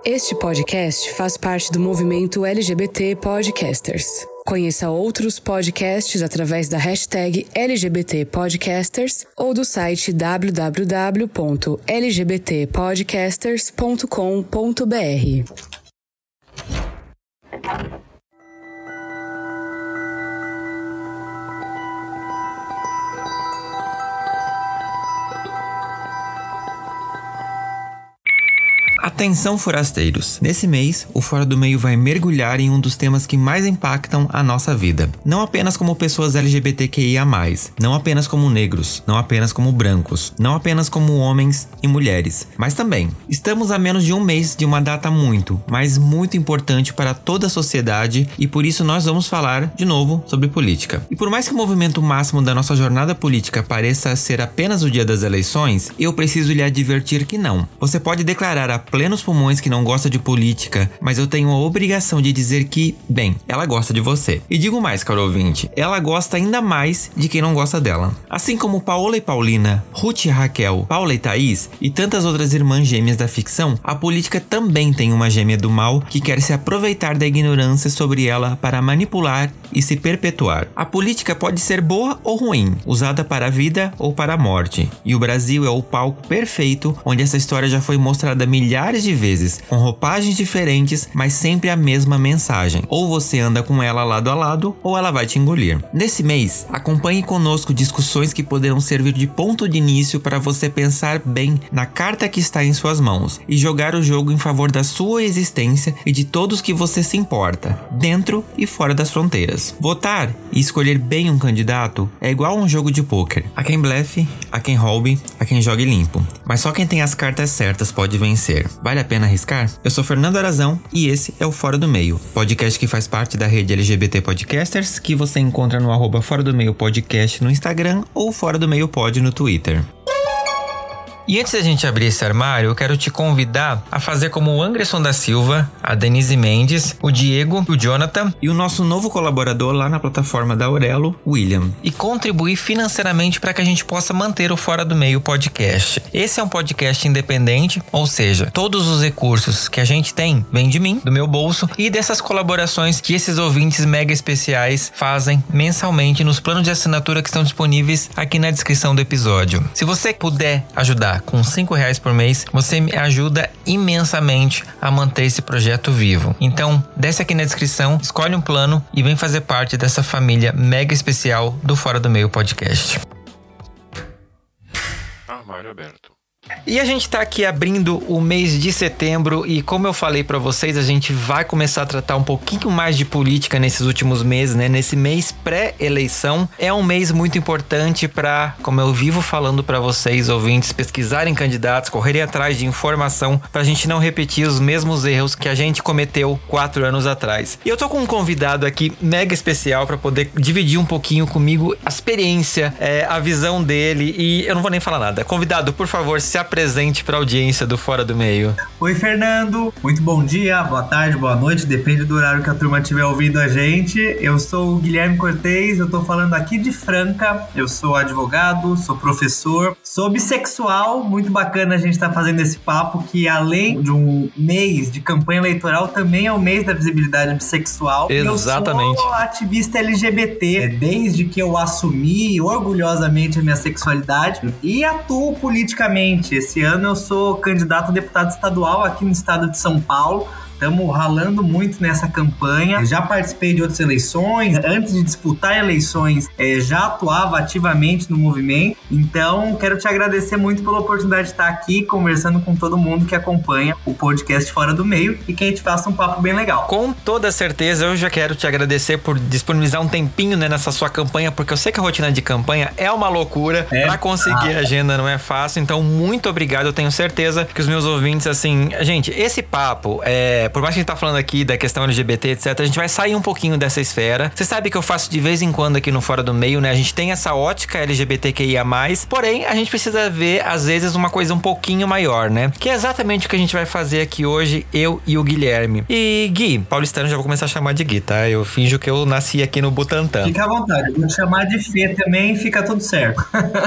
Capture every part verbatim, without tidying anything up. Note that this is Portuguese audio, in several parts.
Este podcast faz parte do movimento L G B T Podcasters. Conheça outros podcasts através da hashtag L G B T Podcasters ou do site w w w ponto l g b t podcasters ponto com ponto b r. Atenção, forasteiros! Nesse mês, o Fora do Meio vai mergulhar em um dos temas que mais impactam a nossa vida. Não apenas como pessoas L G B T Q I A mais, não apenas como negros, não apenas como brancos, não apenas como homens e mulheres, mas também estamos a menos de um mês de uma data muito, mas muito importante para toda a sociedade e por isso nós vamos falar, de novo, sobre política. E por mais que o movimento máximo da nossa jornada política pareça ser apenas o dia das eleições, eu preciso lhe advertir que não. Você pode declarar a plenos pulmões que não gosta de política, mas eu tenho a obrigação de dizer que, bem, ela gosta de você. E digo mais, caro ouvinte, ela gosta ainda mais de quem não gosta dela. Assim como Paola e Paulina, Ruth e Raquel, Paula e Thaís e tantas outras irmãs gêmeas da ficção, a política também tem uma gêmea do mal que quer se aproveitar da ignorância sobre ela para manipular e se perpetuar. A política pode ser boa ou ruim, usada para a vida ou para a morte. E o Brasil é o palco perfeito onde essa história já foi mostrada milhares de vezes, com roupagens diferentes, mas sempre a mesma mensagem. Ou você anda com ela lado a lado, ou ela vai te engolir. Nesse mês, acompanhe conosco discussões que poderão servir de ponto de início para você pensar bem na carta que está em suas mãos e jogar o jogo em favor da sua existência e de todos que você se importa, dentro e fora das fronteiras. Votar e escolher bem um candidato é igual a um jogo de pôquer. Há quem blefe, há quem roube, há quem jogue limpo. Mas só quem tem as cartas certas pode vencer. Vale a pena arriscar? Eu sou Fernando Arazão e esse é o Fora do Meio, podcast que faz parte da rede L G B T Podcasters, que você encontra no arroba Fora do Meio Podcast no Instagram ou Fora do Meio Pod no Twitter. E antes da gente abrir esse armário, eu quero te convidar a fazer como o Anderson da Silva, a Denise Mendes, o Diego, o Jonathan e o nosso novo colaborador lá na plataforma da Aurelo, William. E contribuir financeiramente para que a gente possa manter o Fora do Meio podcast. Esse é um podcast independente, ou seja, todos os recursos que a gente tem vêm de mim, do meu bolso e dessas colaborações que esses ouvintes mega especiais fazem mensalmente nos planos de assinatura que estão disponíveis aqui na descrição do episódio. Se você puder ajudar com cinco reais por mês, você me ajuda imensamente a manter esse projeto vivo. Então, desce aqui na descrição, escolhe um plano e vem fazer parte dessa família mega especial do Fora do Meio Podcast. Armário aberto. E a gente tá aqui abrindo o mês de setembro e como eu falei pra vocês, a gente vai começar a tratar um pouquinho mais de política nesses últimos meses, né? Nesse mês pré-eleição. É um mês muito importante pra, como eu vivo falando pra vocês, ouvintes, pesquisarem candidatos, correrem atrás de informação pra gente não repetir os mesmos erros que a gente cometeu quatro anos atrás. E eu tô com um convidado aqui mega especial pra poder dividir um pouquinho comigo a experiência, é, a visão dele e eu não vou nem falar nada. Convidado, por favor, se apresente para a audiência do Fora do Meio. Oi, Fernando. Muito bom dia, boa tarde, boa noite, depende do horário que a turma estiver ouvindo a gente. Eu sou o Guilherme Cortez, eu tô falando aqui de Franca. Eu sou advogado, sou professor, sou bissexual. Muito bacana a gente estar tá fazendo esse papo que além de um mês de campanha eleitoral, também é o mês da visibilidade bissexual. Exatamente. Eu sou ativista L G B T, desde que eu assumi orgulhosamente a minha sexualidade e atuo politicamente. Esse ano eu sou candidato a deputado estadual aqui no estado de São Paulo. Estamos ralando muito nessa campanha. Já participei de outras eleições. Antes de disputar eleições, é, já atuava ativamente no movimento. Então, quero te agradecer muito pela oportunidade de estar aqui conversando com todo mundo que acompanha o podcast Fora do Meio e que a gente faça um papo bem legal. Com toda certeza, eu já quero te agradecer por disponibilizar um tempinho, né, nessa sua campanha, porque eu sei que a rotina de campanha é uma loucura. É. Pra conseguir ah. a agenda não é fácil. Então, muito obrigado. Eu tenho certeza que os meus ouvintes, assim... Gente, esse papo é... é, por mais que a gente tá falando aqui da questão L G B T, etcétera, a gente vai sair um pouquinho dessa esfera. Você sabe que eu faço de vez em quando aqui no Fora do Meio, né? A gente tem essa ótica L G B T Q I A mais, porém, a gente precisa ver, às vezes, uma coisa um pouquinho maior, né? Que é exatamente o que a gente vai fazer aqui hoje, eu e o Guilherme. E, Gui, paulistano, já vou começar a chamar de Gui, tá? Eu finjo que eu nasci aqui no Butantã. Fica à vontade, vou te chamar de Fê também, fica tudo certo.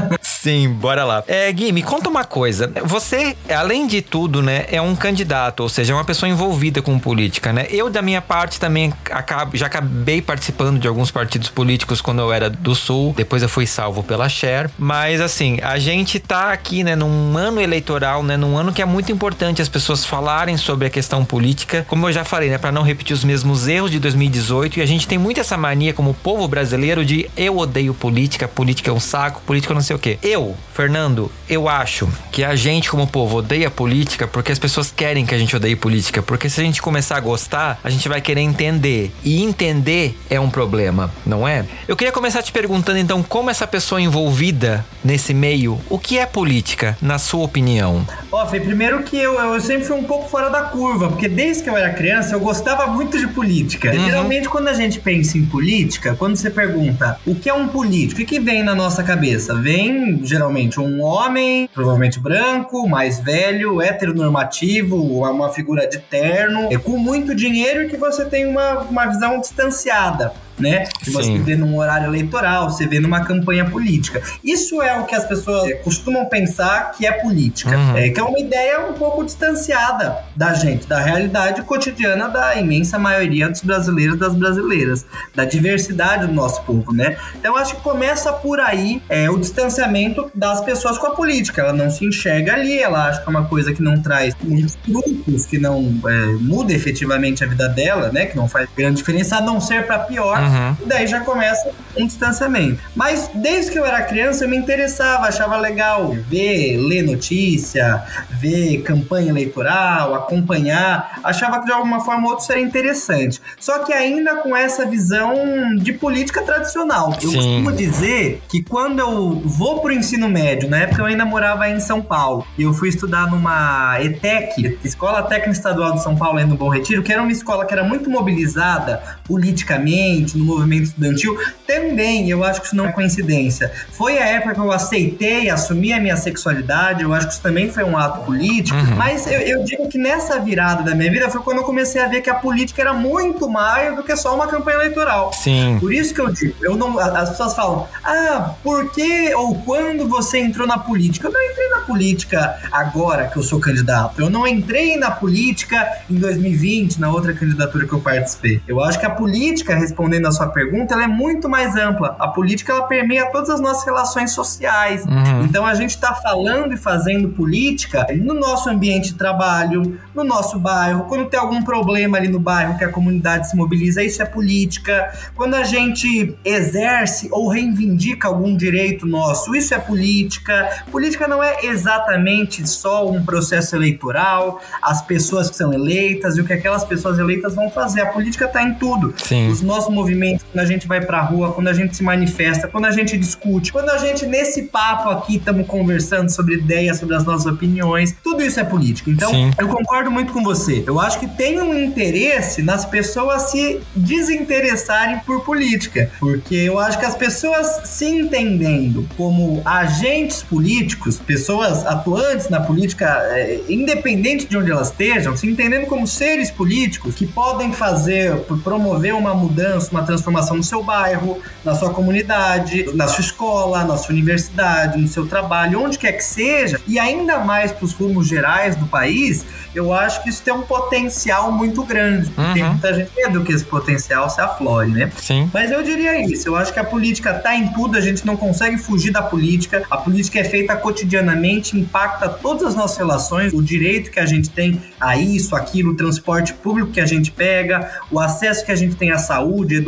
Sim, bora lá. É, Gui, me conta uma coisa. Você, além de tudo, né, é um candidato, ou seja, é uma pessoa envolvida com política, né? Eu, da minha parte, também acabo, já acabei participando de alguns partidos políticos quando eu era do Sul. Depois eu fui salvo pela Cher. Mas, assim, a gente tá aqui, né, num ano eleitoral, né, num ano que é muito importante as pessoas falarem sobre a questão política. Como eu já falei, né, pra não repetir os mesmos erros de dois mil e dezoito. E a gente tem muito essa mania, como povo brasileiro, de eu odeio política, política é um saco, política não sei o quê. Eu, Fernando, eu acho que a gente, como povo, odeia política porque as pessoas querem que a gente odeie política. Porque se a gente começar a gostar, a gente vai querer entender. E entender é um problema, não é? Eu queria começar te perguntando, então, como essa pessoa envolvida nesse meio, o que é política, na sua opinião? Ó, Fê, primeiro que eu, eu sempre fui um pouco fora da curva, porque desde que eu era criança, eu gostava muito de política. Uhum. Geralmente, quando a gente pensa em política, quando você pergunta o que é um político, o que vem na nossa cabeça? Vem, geralmente, um homem, provavelmente branco, mais velho, heteronormativo, uma figura de terno, é, com muito dinheiro e que você tem uma, uma visão distanciada, né? Que você vê num horário eleitoral, você vê numa campanha política. Isso é o que as pessoas costumam pensar que é política. Uhum. É, que é uma ideia um pouco distanciada da gente, da realidade cotidiana da imensa maioria dos brasileiros e das brasileiras, da diversidade do nosso povo, né? Então, acho que começa por aí é, o distanciamento das pessoas com a política. Ela não se enxerga ali, ela acha que é uma coisa que não traz muitos frutos, que não é, muda efetivamente a vida dela, né? Que não faz grande diferença, a não ser pra pior. Uhum. E daí já começa um distanciamento. Mas desde que eu era criança eu me interessava, achava legal ver, ler notícia, ver campanha eleitoral, acompanhar, achava que de alguma forma ou outra seria interessante. Só que ainda com essa visão de política tradicional. Eu Sim. costumo dizer que quando eu vou pro ensino médio, na época eu ainda morava em São Paulo, e eu fui estudar numa E T E C, Escola Técnica Estadual de São Paulo, aí no Bom Retiro, que era uma escola que era muito mobilizada politicamente, no movimento estudantil, também, eu acho que isso não é coincidência. Foi a época que eu aceitei, assumi a minha sexualidade, eu acho que isso também foi um ato político, uhum. mas eu, eu digo que nessa virada da minha vida foi quando eu comecei a ver que a política era muito mais do que só uma campanha eleitoral. Sim. Por isso que eu digo, eu não, as pessoas falam, ah, por que ou quando você entrou na política? Eu não entrei na política agora que eu sou candidato, eu não entrei na política em dois mil e vinte, na outra candidatura que eu participei. Eu acho que a política, respondendo a sua pergunta, ela é muito mais ampla. A política, ela permeia todas as nossas relações sociais. Uhum. Então, a gente está falando e fazendo política no nosso ambiente de trabalho, no nosso bairro. Quando tem algum problema ali no bairro que a comunidade se mobiliza, isso é política. Quando a gente exerce ou reivindica algum direito nosso, isso é política. Política não é exatamente só um processo eleitoral, as pessoas que são eleitas e o que aquelas pessoas eleitas vão fazer. A política está em tudo. Sim. Os nossos movimentos, quando a gente vai pra rua, quando a gente se manifesta, quando a gente discute, quando a gente, nesse papo aqui, estamos conversando sobre ideias, sobre as nossas opiniões, tudo isso é política. Então, Sim. eu concordo muito com você. Eu acho que tem um interesse nas pessoas se desinteressarem por política, porque eu acho que as pessoas se entendendo como agentes políticos, pessoas atuantes na política, é, independente de onde elas estejam, se entendendo como seres políticos que podem fazer, promover uma mudança, uma transformação no seu bairro, na sua comunidade, na sua escola, na sua universidade, no seu trabalho, onde quer que seja, e ainda mais para os rumos gerais do país, eu acho que isso tem um potencial muito grande. Uhum. Tem muita gente medo que esse potencial se aflore, né? Sim. Mas eu diria isso, eu acho que a política tá em tudo, a gente não consegue fugir da política, a política é feita cotidianamente, impacta todas as nossas relações, o direito que a gente tem a isso, aquilo, o transporte público que a gente pega, o acesso que a gente tem à saúde,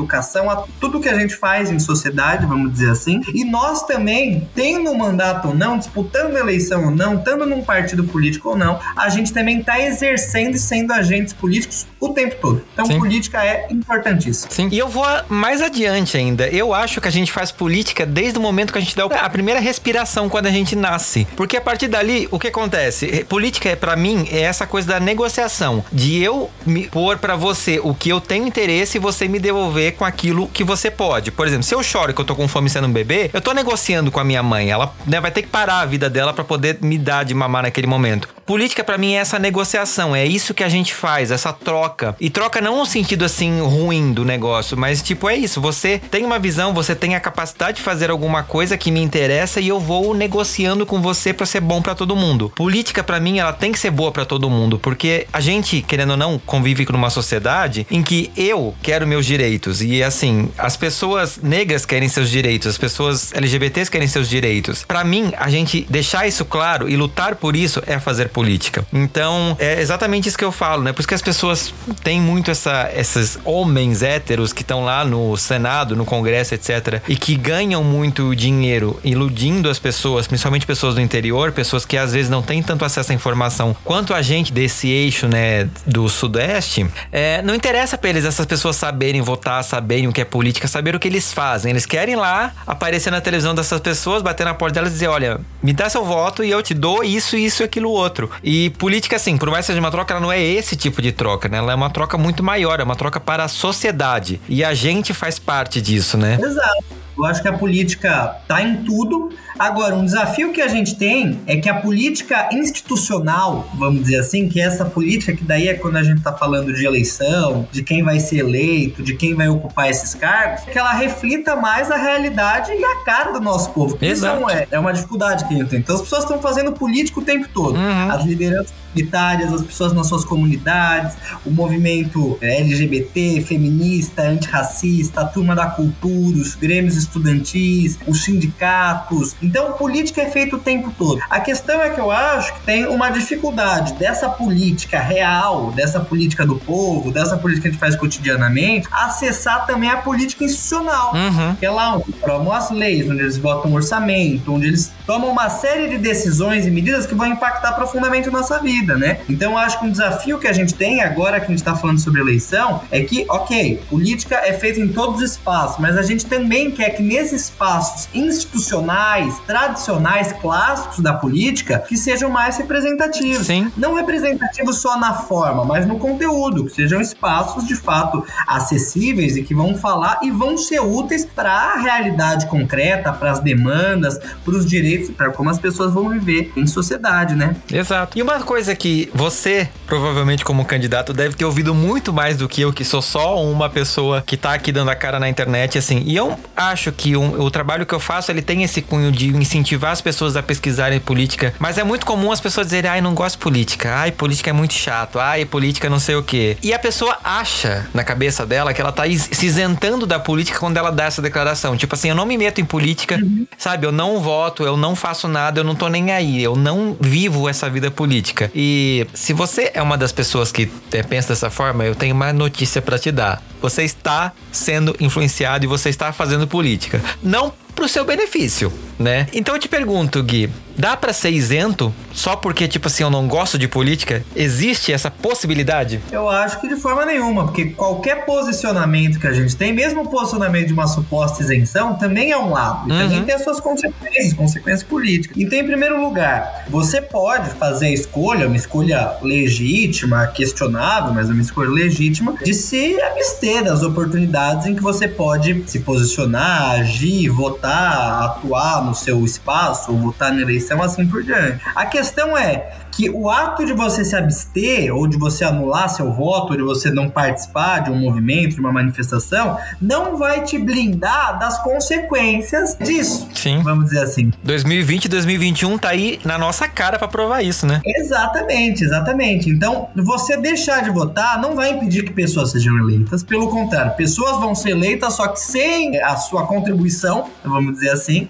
educação, a tudo que a gente faz em sociedade, vamos dizer assim. E nós também, tendo um mandato ou não, disputando eleição ou não, estando num partido político ou não, a gente também está exercendo e sendo agentes políticos o tempo todo. Então, Sim. política é importantíssimo. Sim, e eu vou mais adiante ainda. Eu acho que a gente faz política desde o momento que a gente dá a primeira respiração quando a gente nasce. Porque a partir dali, o que acontece? Política, pra mim, é essa coisa da negociação. De eu me pôr pra você o que eu tenho interesse e você me devolver com aquilo que você pode. Por exemplo, se eu choro que eu tô com fome sendo um bebê, eu tô negociando com a minha mãe. Ela, né, vai ter que parar a vida dela pra poder me dar de mamar naquele momento. Política pra mim é essa negociação, é isso que a gente faz, essa troca. E troca não no sentido assim ruim do negócio, mas tipo é isso, você tem uma visão, você tem a capacidade de fazer alguma coisa que me interessa e eu vou negociando com você pra ser bom pra todo mundo. Política pra mim ela tem que ser boa pra todo mundo, porque a gente, querendo ou não, convive numa sociedade em que eu quero meus direitos e assim, as pessoas negras querem seus direitos, as pessoas L G B Ts querem seus direitos. Pra mim, a gente deixar isso claro e lutar por isso é fazer política. Então, é exatamente isso que eu falo, né? Por isso que as pessoas têm muito essa, esses homens héteros que estão lá no Senado, no Congresso, etcétera, e que ganham muito dinheiro iludindo as pessoas, principalmente pessoas do interior, pessoas que às vezes não têm tanto acesso à informação quanto a gente desse eixo, né, do Sudeste. É, não interessa pra eles essas pessoas saberem votar, saberem o que é política, saber o que eles fazem. Eles querem lá aparecer na televisão dessas pessoas, bater na porta delas e dizer, olha, me dá seu voto e eu te dou isso, isso e aquilo outro. E política, assim, por mais que seja uma troca, ela não é esse tipo de troca, né? Ela é uma troca muito maior, é uma troca para a sociedade. E a gente faz parte disso, né? Exato. Eu acho que a política tá em tudo. Agora, um desafio que a gente tem é que a política institucional, vamos dizer assim, que é essa política que daí é quando a gente tá falando de eleição, de quem vai ser eleito, de quem vai ocupar esses cargos, que ela reflita mais a realidade e a cara do nosso povo. Que isso não é, é uma dificuldade que a gente tem. Então as pessoas estão fazendo política o tempo todo. Uhum. As lideranças comunitárias, as pessoas nas suas comunidades, o movimento L G B T, feminista, antirracista, a turma da cultura, os grêmios estudantis, os sindicatos. Então, política é feita o tempo todo. A questão é que eu acho que tem uma dificuldade dessa política real, dessa política do povo, dessa política que a gente faz cotidianamente, acessar também a política institucional. Uhum. Que é lá onde aprovam as leis, onde eles votam um orçamento, onde eles tomam uma série de decisões e medidas que vão impactar profundamente a nossa vida, né? Então, eu acho que um desafio que a gente tem agora que a gente tá falando sobre eleição é que, ok, política é feita em todos os espaços, mas a gente também quer que nesses espaços institucionais, tradicionais, clássicos da política, que sejam mais representativos. Sim. Não representativos só na forma, mas no conteúdo, que sejam espaços de fato acessíveis e que vão falar e vão ser úteis para a realidade concreta, para as demandas, para os direitos, para como as pessoas vão viver em sociedade, né? Exato. E uma coisa que você, provavelmente como candidato, deve ter ouvido muito mais do que eu, que sou só uma pessoa que tá aqui dando a cara na internet, assim, e eu acho que um, o trabalho que eu faço, ele tem esse cunho de incentivar as pessoas a pesquisarem política, mas é muito comum as pessoas dizerem, ai, não gosto de política, ai, política é muito chato, ai, política não sei o quê. E a pessoa acha, na cabeça dela, que ela tá se isentando da política quando ela dá essa declaração. Tipo assim, eu não me meto em política, uhum. sabe? Eu não voto, eu não faço nada, eu não tô nem aí, eu não vivo essa vida política. E se você é uma das pessoas que é, pensa dessa forma, eu tenho uma notícia pra te dar. Você está sendo influenciado e você está fazendo política. Não pro seu benefício, né? Então eu te pergunto, Gui, dá pra ser isento só porque, tipo assim, eu não gosto de política? Existe essa possibilidade? Eu acho que de forma nenhuma, porque qualquer posicionamento que a gente tem, mesmo o posicionamento de uma suposta isenção, também é um lado. E uhum. também tem as suas consequências, consequências políticas. Então, em primeiro lugar, você pode fazer a escolha, uma escolha legítima, questionável, mas uma escolha legítima, de se abster das oportunidades em que você pode se posicionar, agir, votar, atuar no seu espaço, ou votar na eleição, assim por diante. A questão é que o ato de você se abster, ou de você anular seu voto, ou de você não participar de um movimento, de uma manifestação, não vai te blindar das consequências disso. Sim. Vamos dizer assim. dois mil e vinte e dois mil e vinte e um tá aí na nossa cara pra provar isso, né? Exatamente, exatamente. Então, você deixar de votar não vai impedir que pessoas sejam eleitas. Pelo contrário, pessoas vão ser eleitas, só que sem a sua contribuição, vamos dizer assim. Então,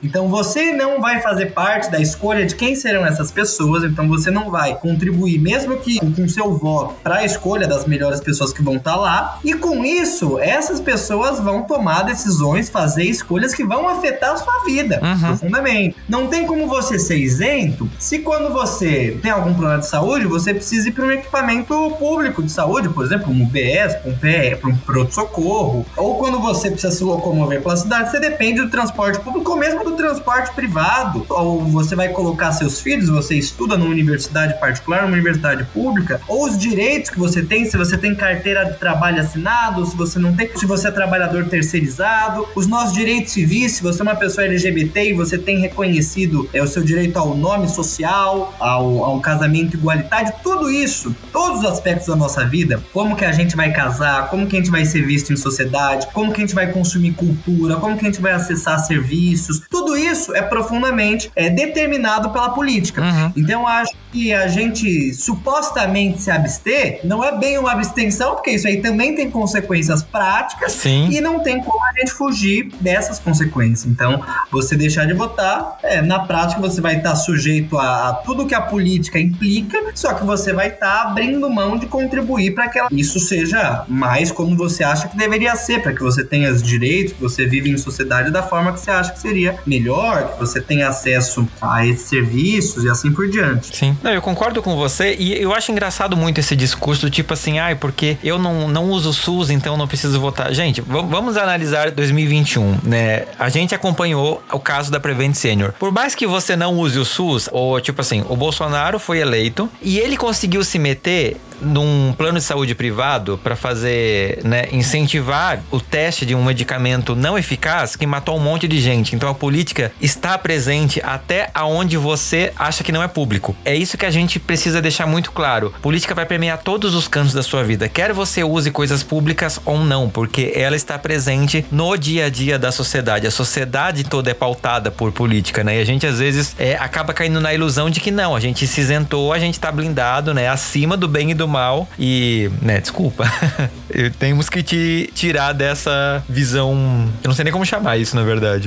você não vai fazer parte da escolha de quem serão essas pessoas, então você não vai contribuir, mesmo que com seu voto, para a escolha das melhores pessoas que vão estar lá, e com isso, essas pessoas vão tomar decisões, fazer escolhas que vão afetar a sua vida, uhum. profundamente. Não tem como você ser isento se quando você tem algum problema de saúde, você precisa ir para um equipamento público de saúde, por exemplo, um U B S, um P E, para um pronto-socorro, ou quando você precisa se locomover pela cidade, você depende do transporte público ou mesmo do transporte privado, ou você vai colocar seus filhos, você estuda numa universidade particular, numa universidade pública, ou os direitos que você tem, se você tem carteira de trabalho assinado, se você não tem, se você é trabalhador terceirizado, os nossos direitos civis, se você é uma pessoa L G B T e você tem reconhecido é, o seu direito ao nome social, ao, ao casamento igualitário, tudo isso, todos os aspectos da nossa vida, como que a gente vai casar, como que a gente vai ser visto em sociedade, como que a gente vai consumir cultura, como que a gente vai acessar serviços, tudo isso é profundamente é, determinado pela política. Uhum. Então eu acho que a gente supostamente se abster não é bem uma abstenção, porque isso aí também tem consequências práticas. Sim. E não tem como a gente fugir dessas consequências. Então, você deixar de votar, é, na prática você vai estar sujeito a, a tudo que a política implica, só que você vai estar abrindo mão de contribuir para que ela, isso seja mais como você acha que deveria ser, para que você tenha os direitos, que você vive em sociedade da forma que você acha que seria melhor, que você tenha acesso a esses serviços e assim por diante. Sim. Não, eu concordo com você e eu acho engraçado muito esse discurso do tipo assim, ai, porque eu não, não uso o SUS, então não preciso votar. Gente, v- vamos analisar dois mil e vinte e um, né? A gente acompanhou o caso da Prevent Senior. Por mais que você não use o SUS, ou tipo assim, o Bolsonaro foi eleito e ele conseguiu se meter num plano de saúde privado para fazer, né, incentivar o teste de um medicamento não eficaz que matou um monte de gente. Então a política está presente até aonde você acha que não é público. É isso que a gente precisa deixar muito claro. Política vai permear todos os cantos da sua vida, quer você use coisas públicas ou não, porque ela está presente no dia a dia da sociedade. A sociedade toda é pautada por política, né? E a gente às vezes é, acaba caindo na ilusão de que não, a gente se isentou, a gente tá blindado, né, acima do bem e do mal e, né, desculpa, temos que te tirar dessa visão, eu não sei nem como chamar isso, na verdade.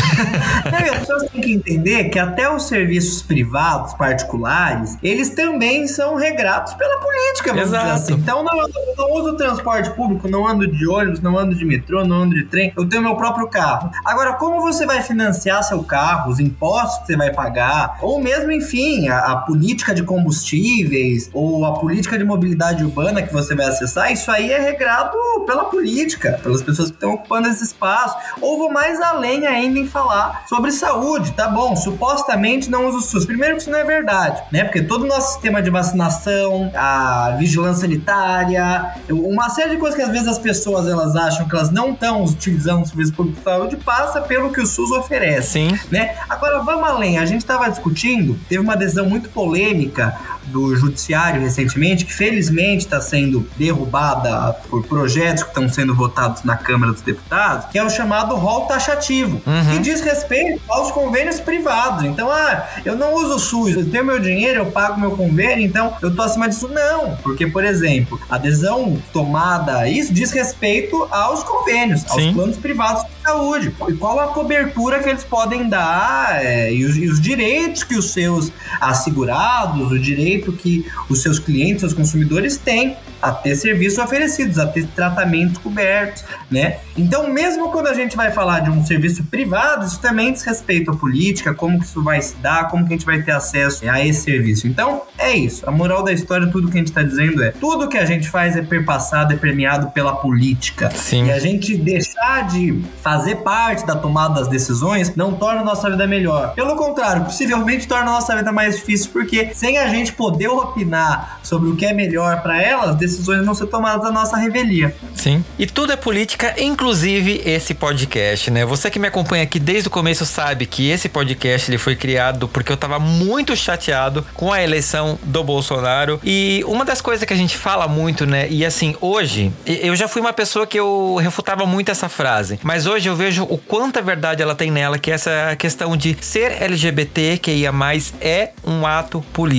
Não, as pessoas têm que entender que até os serviços privados, particulares, eles também são regrados pela política, vamos Exato. dizer assim. Então, não, eu não uso transporte público, não ando de ônibus, não ando de metrô, não ando de trem, eu tenho meu próprio carro. Agora, como você vai financiar seu carro, os impostos que você vai pagar, ou mesmo, enfim, a, a política de combustíveis, ou a política de mobilidade urbana que você vai acessar, isso aí é regrado pela política, pelas pessoas que estão ocupando esse espaço. Ou vou mais além ainda em falar sobre saúde, tá bom, supostamente não usa o SUS. Primeiro que isso não é verdade, né, porque todo o nosso sistema de vacinação, a vigilância sanitária, uma série de coisas que às vezes as pessoas elas acham que elas não estão utilizando o serviço público de saúde, passa pelo que o SUS oferece. Sim. Né? Agora vamos além, a gente estava discutindo, teve uma decisão muito polêmica do judiciário recentemente, que felizmente está sendo derrubada por projetos que estão sendo votados na Câmara dos Deputados, que é o chamado rol taxativo, uhum. que diz respeito aos convênios privados. Então, ah, eu não uso o SUS, eu tenho meu dinheiro, eu pago meu convênio, então eu tô acima disso. Não, porque, por exemplo, a decisão tomada, isso diz respeito aos convênios, Sim. aos planos privados de saúde, e qual a cobertura que eles podem dar, é, e, os, e os direitos que os seus assegurados, o direito que os seus clientes, seus consumidores têm a ter serviços oferecidos, a ter tratamentos cobertos, né? Então, mesmo quando a gente vai falar de um serviço privado, isso também diz respeito à política, como que isso vai se dar, como que a gente vai ter acesso a esse serviço. Então, é isso. A moral da história, tudo que a gente está dizendo é, tudo que a gente faz é perpassado, é permeado pela política. Sim. E a gente deixar de fazer parte da tomada das decisões não torna a nossa vida melhor. Pelo contrário, possivelmente torna a nossa vida mais difícil, porque sem a gente poder opinar sobre o que é melhor para elas, decisões vão ser tomadas à nossa revelia. Sim. E tudo é política, inclusive esse podcast, né? Você que me acompanha aqui desde o começo sabe que esse podcast ele foi criado porque eu tava muito chateado com a eleição do Bolsonaro. E uma das coisas que a gente fala muito, né? E assim, hoje, eu já fui uma pessoa que eu refutava muito essa frase, mas hoje eu vejo o quanta verdade ela tem nela, que essa questão de ser L G B T Q I A mais, é um ato político.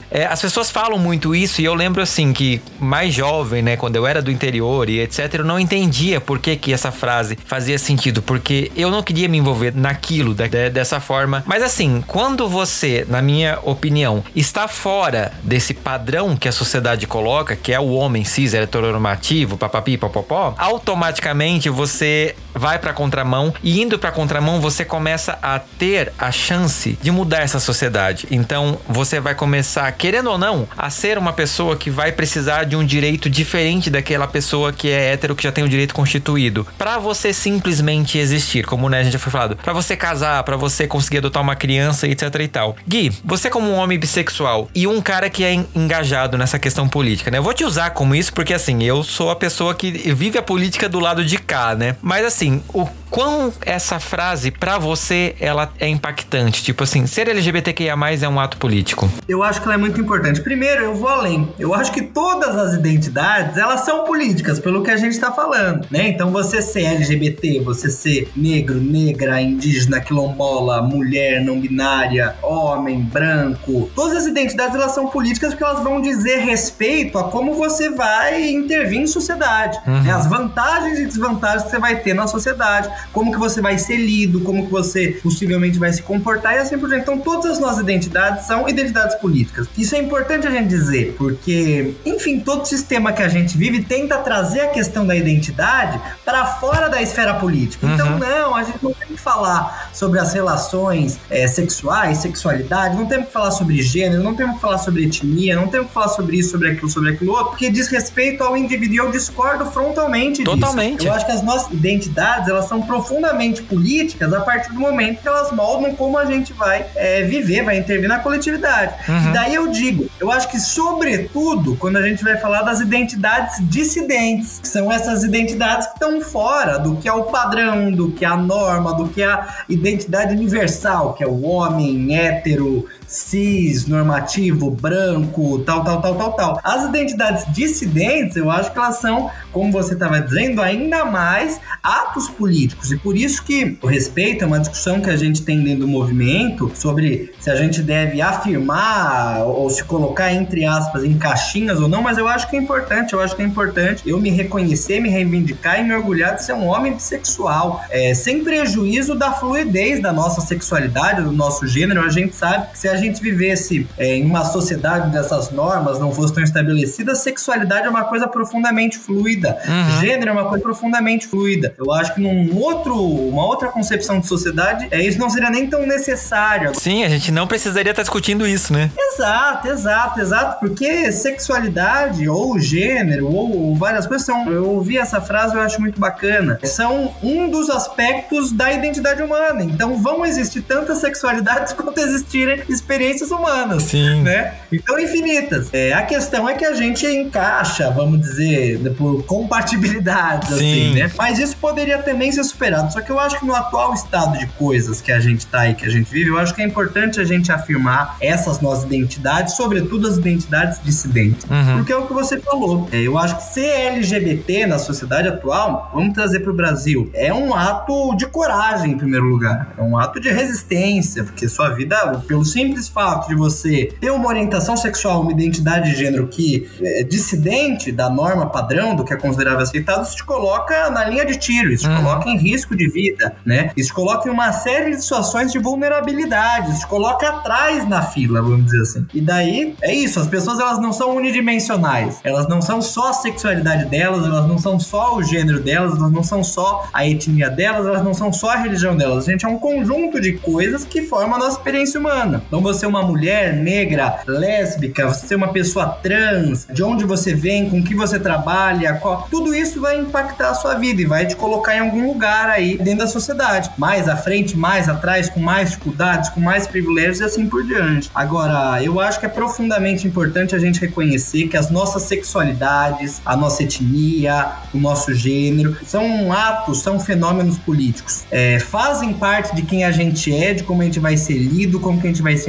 É, as pessoas falam muito isso e eu lembro assim que mais jovem, né, quando eu era do interior e etcétera, eu não entendia por que que essa frase fazia sentido, porque eu não queria me envolver naquilo de, de, dessa forma. Mas assim, quando você, na minha opinião, está fora desse padrão que a sociedade coloca, que é o homem cis heteronormativo, papapi, papapó, automaticamente você vai pra contramão e indo pra contramão você começa a ter a chance de mudar essa sociedade. Então você vai começar, querendo ou não, a ser uma pessoa que vai precisar de um direito diferente daquela pessoa que é hétero, que já tem o direito constituído, pra você simplesmente existir, como né, a gente já foi falado, pra você casar, pra você conseguir adotar uma criança, etc e tal. Gui, você como um homem bissexual e um cara que é engajado nessa questão política, né? Eu vou te usar como isso porque assim, eu sou a pessoa que vive a política do lado de cá, né? Mas assim, o quão essa frase pra você ela é impactante? Tipo assim, ser L G B T Q I A mais, é um ato político? Eu acho que ela é muito importante. Primeiro, eu vou além. Eu acho que todas as identidades, elas são políticas, pelo que a gente tá falando, né? Então você ser L G B T, você ser negro, negra, indígena, quilombola, mulher, não binária, homem, branco, todas as identidades elas são políticas porque elas vão dizer respeito a como você vai intervir em sociedade, uhum. né? As vantagens e desvantagens que você vai ter na sociedade, como que você vai ser lido, como que você possivelmente vai se comportar e assim por diante. Então todas as nossas identidades são identidades políticas. Isso é importante a gente dizer, porque, enfim, todo sistema que a gente vive tenta trazer a questão da identidade para fora da esfera política. Uhum. Então não, a gente não tem que falar sobre as relações é, sexuais, sexualidade, não temos que falar sobre gênero, não temos que falar sobre etnia, não temos que falar sobre isso, sobre aquilo, sobre aquilo outro, porque diz respeito ao indivíduo e eu discordo frontalmente disso. Totalmente. Eu acho que as nossas identidades, elas são profundamente políticas a partir do momento que elas moldam como a gente vai é, viver, vai intervir na coletividade. Uhum. E daí eu digo, eu acho que sobretudo quando a gente vai falar das identidades dissidentes, que são essas identidades que estão fora do que é o padrão, do que é a norma, do que é a identidade universal, que é o homem hétero, cis, normativo, branco, tal, tal, tal, tal, tal. As identidades dissidentes, eu acho que elas são, como você estava dizendo, ainda mais atos políticos. E por isso que o respeito é uma discussão que a gente tem dentro do movimento sobre se a gente deve afirmar ou se colocar, entre aspas, em caixinhas ou não, mas eu acho que é importante, eu acho que é importante eu me reconhecer, me reivindicar e me orgulhar de ser um homem bissexual, é, sem prejuízo da fluidez da nossa sexualidade, do nosso gênero. A gente sabe que se a a gente vivesse é, em uma sociedade onde essas normas não fossem tão estabelecidas, sexualidade é uma coisa profundamente fluida, uhum. gênero é uma coisa profundamente fluida. Eu acho que num outro, uma outra concepção de sociedade, é, isso não seria nem tão necessário. Sim, a gente não precisaria estar discutindo isso, né? Exato, exato, exato, porque sexualidade ou gênero ou, ou várias coisas são, eu ouvi essa frase, eu acho muito bacana, são um dos aspectos da identidade humana. Então vão existir tantas sexualidades quanto existirem experiências humanas, sim, né? Então, infinitas. É, a questão é que a gente encaixa, vamos dizer, por compatibilidades, assim, né? Mas isso poderia também ser superado. Só que eu acho que no atual estado de coisas que a gente tá aí, que a gente vive, eu acho que é importante a gente afirmar essas nossas identidades, sobretudo as identidades dissidentes. Uhum. Porque é o que você falou. É, eu acho que ser L G B T na sociedade atual, vamos trazer pro Brasil, é um ato de coragem, em primeiro lugar. É um ato de resistência, porque sua vida, pelo simples fato de você ter uma orientação sexual, uma identidade de gênero que é dissidente da norma padrão, do que é considerável aceitado, isso te coloca na linha de tiro, isso te uhum. coloca em risco de vida, né? Isso te coloca em uma série de situações de vulnerabilidade, isso te coloca atrás na fila, vamos dizer assim. E daí, é isso, as pessoas elas não são unidimensionais, elas não são só a sexualidade delas, elas não são só o gênero delas, elas não são só a etnia delas, elas não são só a religião delas. A gente é um conjunto de coisas que formam a nossa experiência humana. Então você é uma mulher negra, lésbica, você é uma pessoa trans, de onde você vem, com que você trabalha, qual... tudo isso vai impactar a sua vida e vai te colocar em algum lugar aí dentro da sociedade. Mais à frente, mais atrás, com mais dificuldades, com mais privilégios e assim por diante. Agora, eu acho que é profundamente importante a gente reconhecer que as nossas sexualidades, a nossa etnia, o nosso gênero, são atos, são fenômenos políticos. É, fazem parte de quem a gente é, de como a gente vai ser lido, como que a gente vai ser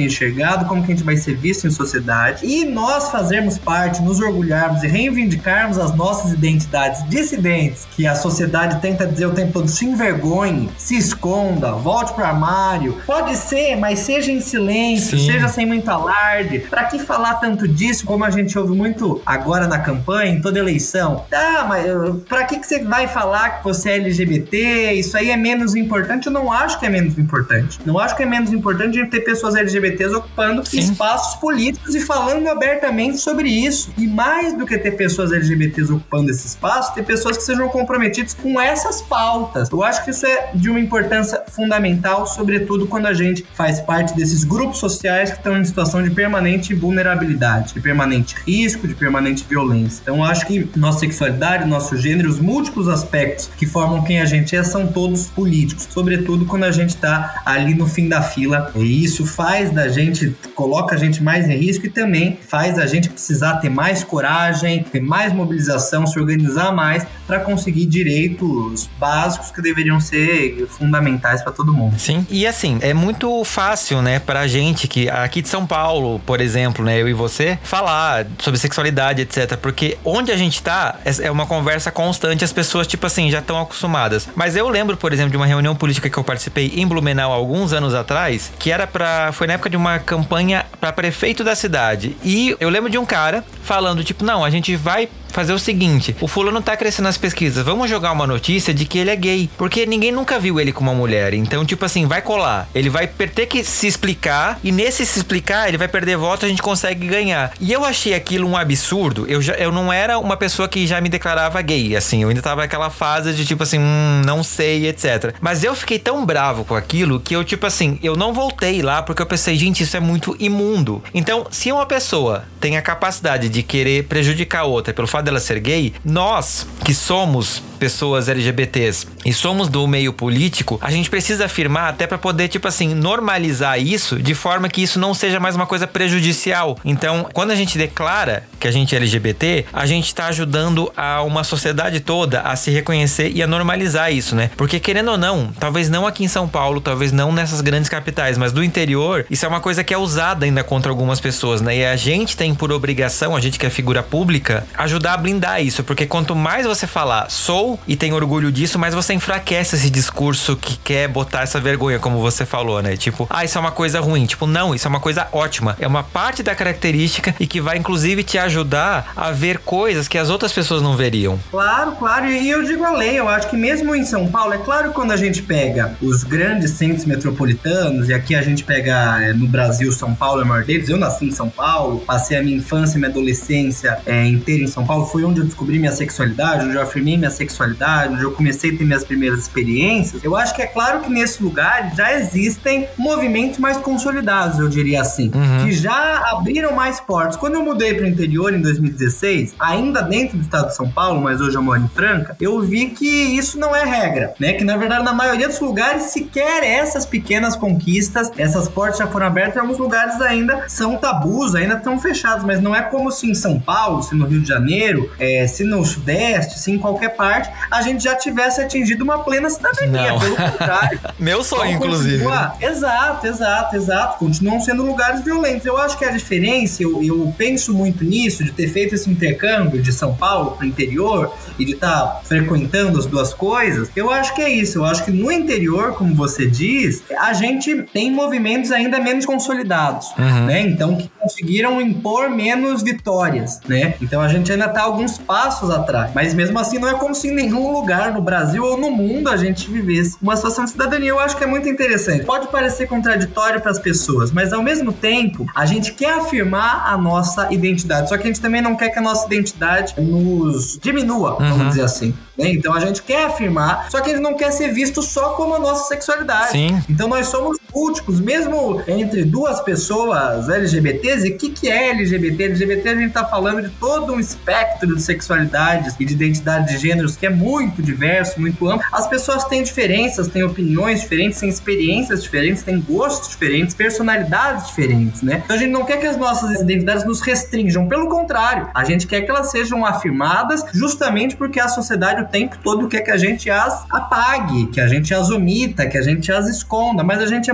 enxergado, como que a gente vai ser visto em sociedade. E nós fazermos parte, nos orgulharmos e reivindicarmos as nossas identidades dissidentes, que a sociedade tenta dizer o tempo todo: se envergonhe, se esconda, volte pro armário. Pode ser, mas seja em silêncio, Sim. seja sem muito alarde. Pra que falar tanto disso, como a gente ouve muito agora na campanha, em toda eleição? Tá, mas pra que, que você vai falar que você é L G B T? Isso aí é menos importante? Eu não acho que é menos importante. Não acho que é menos importante a gente ter pessoas L G B Ts ocupando Sim. espaços políticos e falando abertamente sobre isso. E mais do que ter pessoas L G B Ts ocupando esse espaço, ter pessoas que sejam comprometidas com essas pautas. Eu acho que isso é de uma importância fundamental, sobretudo quando a gente faz parte desses grupos sociais que estão em situação de permanente vulnerabilidade, de permanente risco, de permanente violência. Então eu acho que nossa sexualidade, nosso gênero, os múltiplos aspectos que formam quem a gente é, são todos políticos, sobretudo quando a gente está ali no fim da fila. E isso faz da gente, coloca a gente mais em risco e também faz a gente precisar ter mais coragem, ter mais mobilização, se organizar mais para conseguir direitos básicos que deveriam ser fundamentais para todo mundo. Sim, e assim, é muito fácil, né, pra gente que aqui de São Paulo, por exemplo, né, eu e você, falar sobre sexualidade, etcétera. Porque onde a gente tá é uma conversa constante, as pessoas, tipo assim, já estão acostumadas. Mas eu lembro, por exemplo, de uma reunião política que eu participei em Blumenau alguns anos atrás, que era pra, foi na época de uma campanha pra prefeito da cidade. E eu lembro de um cara falando, tipo, não, a gente vai fazer o seguinte: o fulano tá crescendo nas pesquisas, vamos jogar uma notícia de que ele é gay, porque ninguém nunca viu ele com uma mulher, então tipo assim, vai colar, ele vai ter que se explicar, e nesse se explicar, ele vai perder voto, a gente consegue ganhar. E eu achei aquilo um absurdo. Eu, já, eu não era uma pessoa que já me declarava gay, assim, eu ainda tava naquela fase de tipo assim, hum, não sei, etcétera. Mas eu fiquei tão bravo com aquilo que eu tipo assim, eu não voltei lá, porque eu pensei, gente, isso é muito imundo. Então, se uma pessoa tem a capacidade de querer prejudicar a outra pelo fato dela ser gay, nós que somos pessoas L G B Ts e somos do meio político, a gente precisa afirmar até pra poder, tipo assim, normalizar isso de forma que isso não seja mais uma coisa prejudicial. Então, quando a gente declara que a gente é L G B T, a gente tá ajudando a uma sociedade toda a se reconhecer e a normalizar isso, né? Porque querendo ou não, talvez não aqui em São Paulo, talvez não nessas grandes capitais, mas do interior, isso é uma coisa que é usada ainda contra algumas pessoas, né? E a gente tem por obrigação, a gente que é figura pública, ajudar a blindar isso, porque quanto mais você falar sou e tem orgulho disso, mais você enfraquece esse discurso que quer botar essa vergonha, como você falou, né? Tipo, ah, isso é uma coisa ruim. Tipo, não, isso é uma coisa ótima. É uma parte da característica e que vai, inclusive, te ajudar a ver coisas que as outras pessoas não veriam. Claro, claro. E eu digo além, eu acho que mesmo em São Paulo, é claro que quando a gente pega os grandes centros metropolitanos, e aqui a gente pega no Brasil, São Paulo é o maior deles. Eu nasci em São Paulo, passei a minha infância e minha adolescência é, inteira em São Paulo. Foi onde eu descobri minha sexualidade, onde eu afirmei minha sexualidade, onde eu comecei a ter minhas primeiras experiências. Eu acho que é claro que nesse lugar já existem movimentos mais consolidados, eu diria assim, uhum. que já abriram mais portas. Quando eu mudei para o interior em dois mil e dezesseis, ainda dentro do estado de São Paulo, mas hoje eu moro em Franca, eu vi que isso não é regra, né? Que na verdade na maioria dos lugares sequer essas pequenas conquistas, essas portas já foram abertas, em alguns lugares ainda são tabus, ainda estão fechados, mas não é como se em São Paulo, se no Rio de Janeiro, é, se no Sudeste, se em qualquer parte, a gente já tivesse atingido uma plena cidadania, não. Pelo contrário. Meu sonho, então, inclusive. Né? Exato, exato, exato. Continuam sendo lugares violentos. Eu acho que a diferença, eu, eu penso muito nisso, de ter feito esse intercâmbio de São Paulo para o interior e de estar tá frequentando as duas coisas, eu acho que é isso. Eu acho que no interior, como você diz, a gente tem movimentos ainda menos consolidados, uhum. né? Então, que conseguiram impor menos vitórias, né? Então, a gente ainda tá alguns passos atrás. Mas mesmo assim, não é como se em nenhum lugar no Brasil ou no mundo a gente vivesse uma situação de cidadania. Eu acho que é muito interessante. Pode parecer contraditório para as pessoas, mas ao mesmo tempo, a gente quer afirmar a nossa identidade. Só que a gente também não quer que a nossa identidade nos diminua, uhum. vamos dizer assim. Né? Então a gente quer afirmar, só que a gente não quer ser visto só como a nossa sexualidade. Sim. Então nós somos múltiplos, mesmo entre duas pessoas L G B Ts. E o que, que é L G B T? L G B T a gente tá falando de todo um espectro de sexualidades e de identidade de gêneros que é muito diverso, muito amplo. As pessoas têm diferenças, têm opiniões diferentes, têm experiências diferentes, têm gostos diferentes, personalidades diferentes, né? Então a gente não quer que as nossas identidades nos restringam, pelo contrário, a gente quer que elas sejam afirmadas justamente porque a sociedade o tempo todo quer que a gente as apague, que a gente as omita, que a gente as esconda, mas a gente é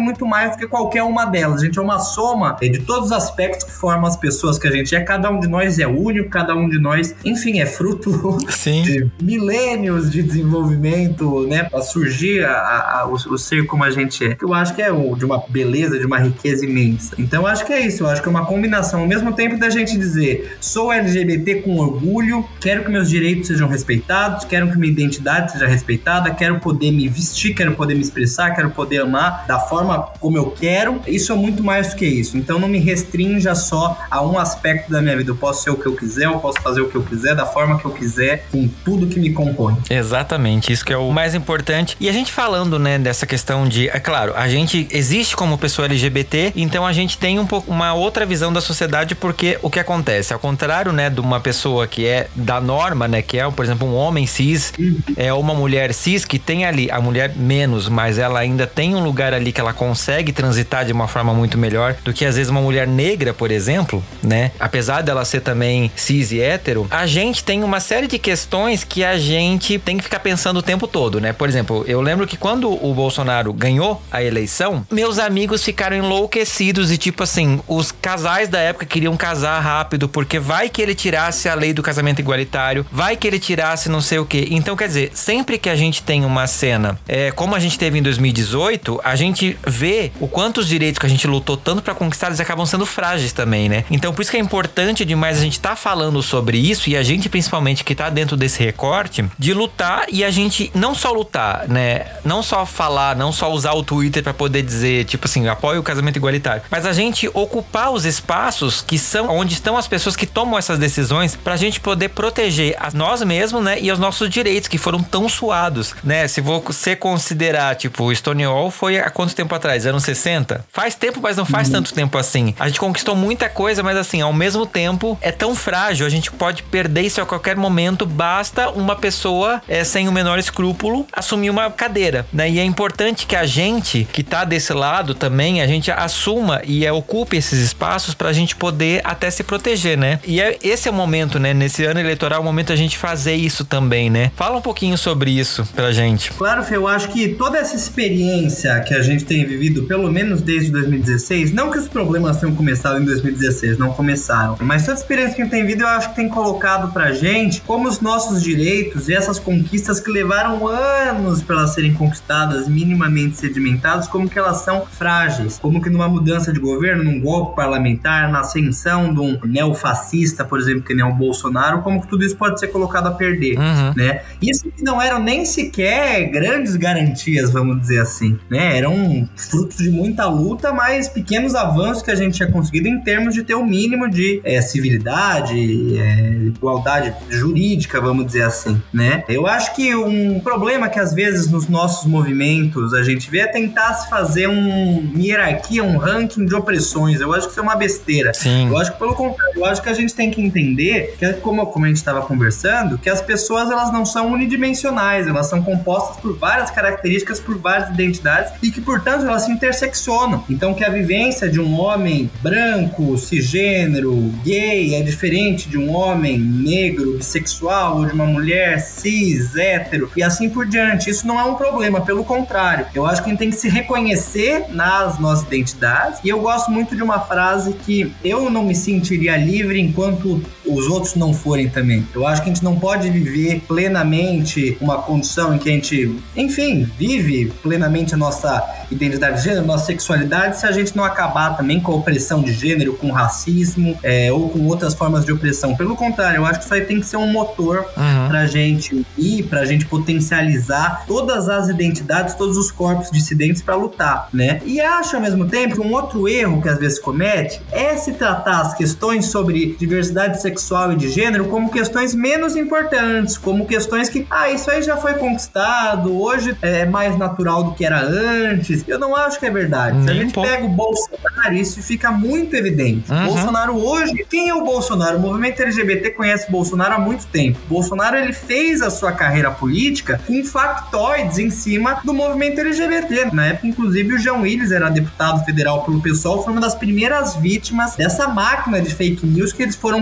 muito mais do que qualquer uma delas. A gente é uma soma de todos os aspectos que formam as pessoas que a gente é. Cada um de nós é único, cada um de nós, enfim, é fruto Sim. de milênios de desenvolvimento, né, para surgir a, a, o, o ser como a gente é. Eu acho que é o, de uma beleza, de uma riqueza imensa. Então eu acho que é isso, eu acho que é uma combinação, ao mesmo tempo da gente dizer, sou L G B T com orgulho, quero que meus direitos sejam respeitados, quero que minha identidade seja respeitada, quero poder me vestir, quero poder me expressar, quero poder amar da forma como eu quero. Isso é muito mais do que isso. Então não me restrinja só a um aspecto da minha vida. Eu posso ser o que eu quiser, eu posso fazer o que eu quiser, da forma que eu quiser, com tudo que me compõe. Exatamente, isso que é o mais importante. E a gente falando, né, dessa questão de, é claro, a gente existe como pessoa L G B T, então a gente tem um pouco uma outra visão da sociedade, porque o que acontece, ao contrário, né, de uma pessoa que é da norma, né, que é, por exemplo, um homem cis, uhum. é uma mulher cis que tem ali, a mulher menos, mas ela ainda tem um lugar ali que ela consegue transitar de uma forma muito melhor do que às vezes uma mulher negra, por exemplo, né, apesar dela ser também cis e hétero, a gente tem uma série de questões que a gente tem que ficar pensando o tempo todo, né? Por exemplo, eu lembro que quando o Bolsonaro ganhou a eleição, meus amigos ficaram enlouquecidos e tipo assim, os casais da época queriam casar rápido porque vai que ele tirasse a lei do casamento igualitário, vai que ele tirasse não sei o que. Então, quer dizer, sempre que a gente tem uma cena, é, como a gente teve em dois mil e dezoito, a gente vê o quanto os direitos que a gente lutou tanto pra conquistar, eles acabam sendo frágeis também, né? Então, por isso que é importante demais a gente tá falando sobre isso e a gente, principalmente, que tá dentro desse recorte, de lutar e a gente não só lutar, né? Não só falar, não só usar o Twitter pra poder dizer, tipo assim, apoio o casamento igualitário, mas a gente ocupar os espaços que são onde estão as pessoas que tomam essas decisões pra gente poder proteger a nós mesmos, né? E os nossos direitos que foram tão suados, né? Se você considerar, tipo, o Stonewall foi há quanto tempo atrás? Anos sessenta? Faz tempo, mas não faz uhum. tanto tempo assim. A gente conquistou muita coisa, mas assim, ao mesmo tempo é tão frágil, a gente pode perder isso a qualquer momento, basta uma pessoa é, sem o menor escrúpulo assumir uma cadeira, né? E é importante que a gente, que tá desse lado também, a gente assuma e é, ocupe esses espaços pra gente poder até se proteger, né? E é, esse é o momento, né? Nesse ano eleitoral, é o momento a gente fazer isso também, né? Fala um pouquinho sobre isso pra gente. Claro, Fê, eu acho que toda essa experiência que a gente tem vivido, pelo menos desde dois mil e dezesseis, não que os problemas tenham começado em dois mil e dezesseis, não começaram, mas toda a experiência que a gente tem vivido, eu acho que tem colocado pra gente como os nossos direitos e essas conquistas que levaram anos para elas serem conquistadas, minimamente sedimentadas, como que elas são frágeis, como que numa mudança de governo, num golpe parlamentar, na ascensão de um neofascista, por exemplo, que nem o Bolsonaro, como que tudo isso pode ser colocado a perder, uhum. né? Isso que não eram nem sequer grandes garantias, vamos dizer assim, né? Eram frutos de muita luta, mas pequenos avanços que a gente tinha conseguido em termos de ter o mínimo de é, civilidade, é, igualdade jurídica, vamos dizer assim, né? Eu acho que um problema que às vezes nos nossos movimentos a gente vê é tentar se fazer um, uma hierarquia, um ranking de opressões. Eu acho que isso é uma besteira. Sim. Eu acho que pelo contrário, eu acho que a gente tem que entender que, como, como a gente estava conversando, que as pessoas elas não são unidimensionais, elas são compostas por várias características, por várias identidades e que, portanto, elas se interseccionam. Então, que a vivência de um homem branco, cisgênero, gay é diferente de um homem negro, bissexual ou de uma mulher cis, hétero e assim por diante. Isso não é um problema, pelo contrário. Eu acho que a gente tem que se reconhecer nas nossas identidades e eu gosto muito de uma frase que eu não me sentiria livre enquanto os outros não forem também. Eu acho que a gente não pode viver plenamente uma condição em que a gente, enfim, vive plenamente a nossa identidade de gênero, nossa sexualidade, se a gente não acabar também com a opressão de gênero, com racismo é, ou com outras formas de opressão. Pelo contrário, eu acho que isso aí tem que ser um motor uhum. pra gente ir, pra gente potencializar todas as identidades, todos os corpos dissidentes pra lutar, né? E acho, ao mesmo tempo, que um outro erro que às vezes comete é se tratar as questões sobre diversidade sexual e de gênero como questões menos importantes, como questões que, ah, isso aí já foi conquistado, hoje é mais natural do que era antes. Eu não acho que é verdade. Se a gente pega o Bolsonaro, isso fica muito evidente. Uhum. Bolsonaro hoje, quem é o Bolsonaro? O movimento L G B T conhece o Bolsonaro há muito tempo. Bolsonaro, ele fez a sua carreira política com factoides em cima do movimento L G B T. Na época, inclusive, o João Willis era deputado federal pelo PSOL, foi uma das primeiras vítimas dessa máquina de fake news que eles foram construindo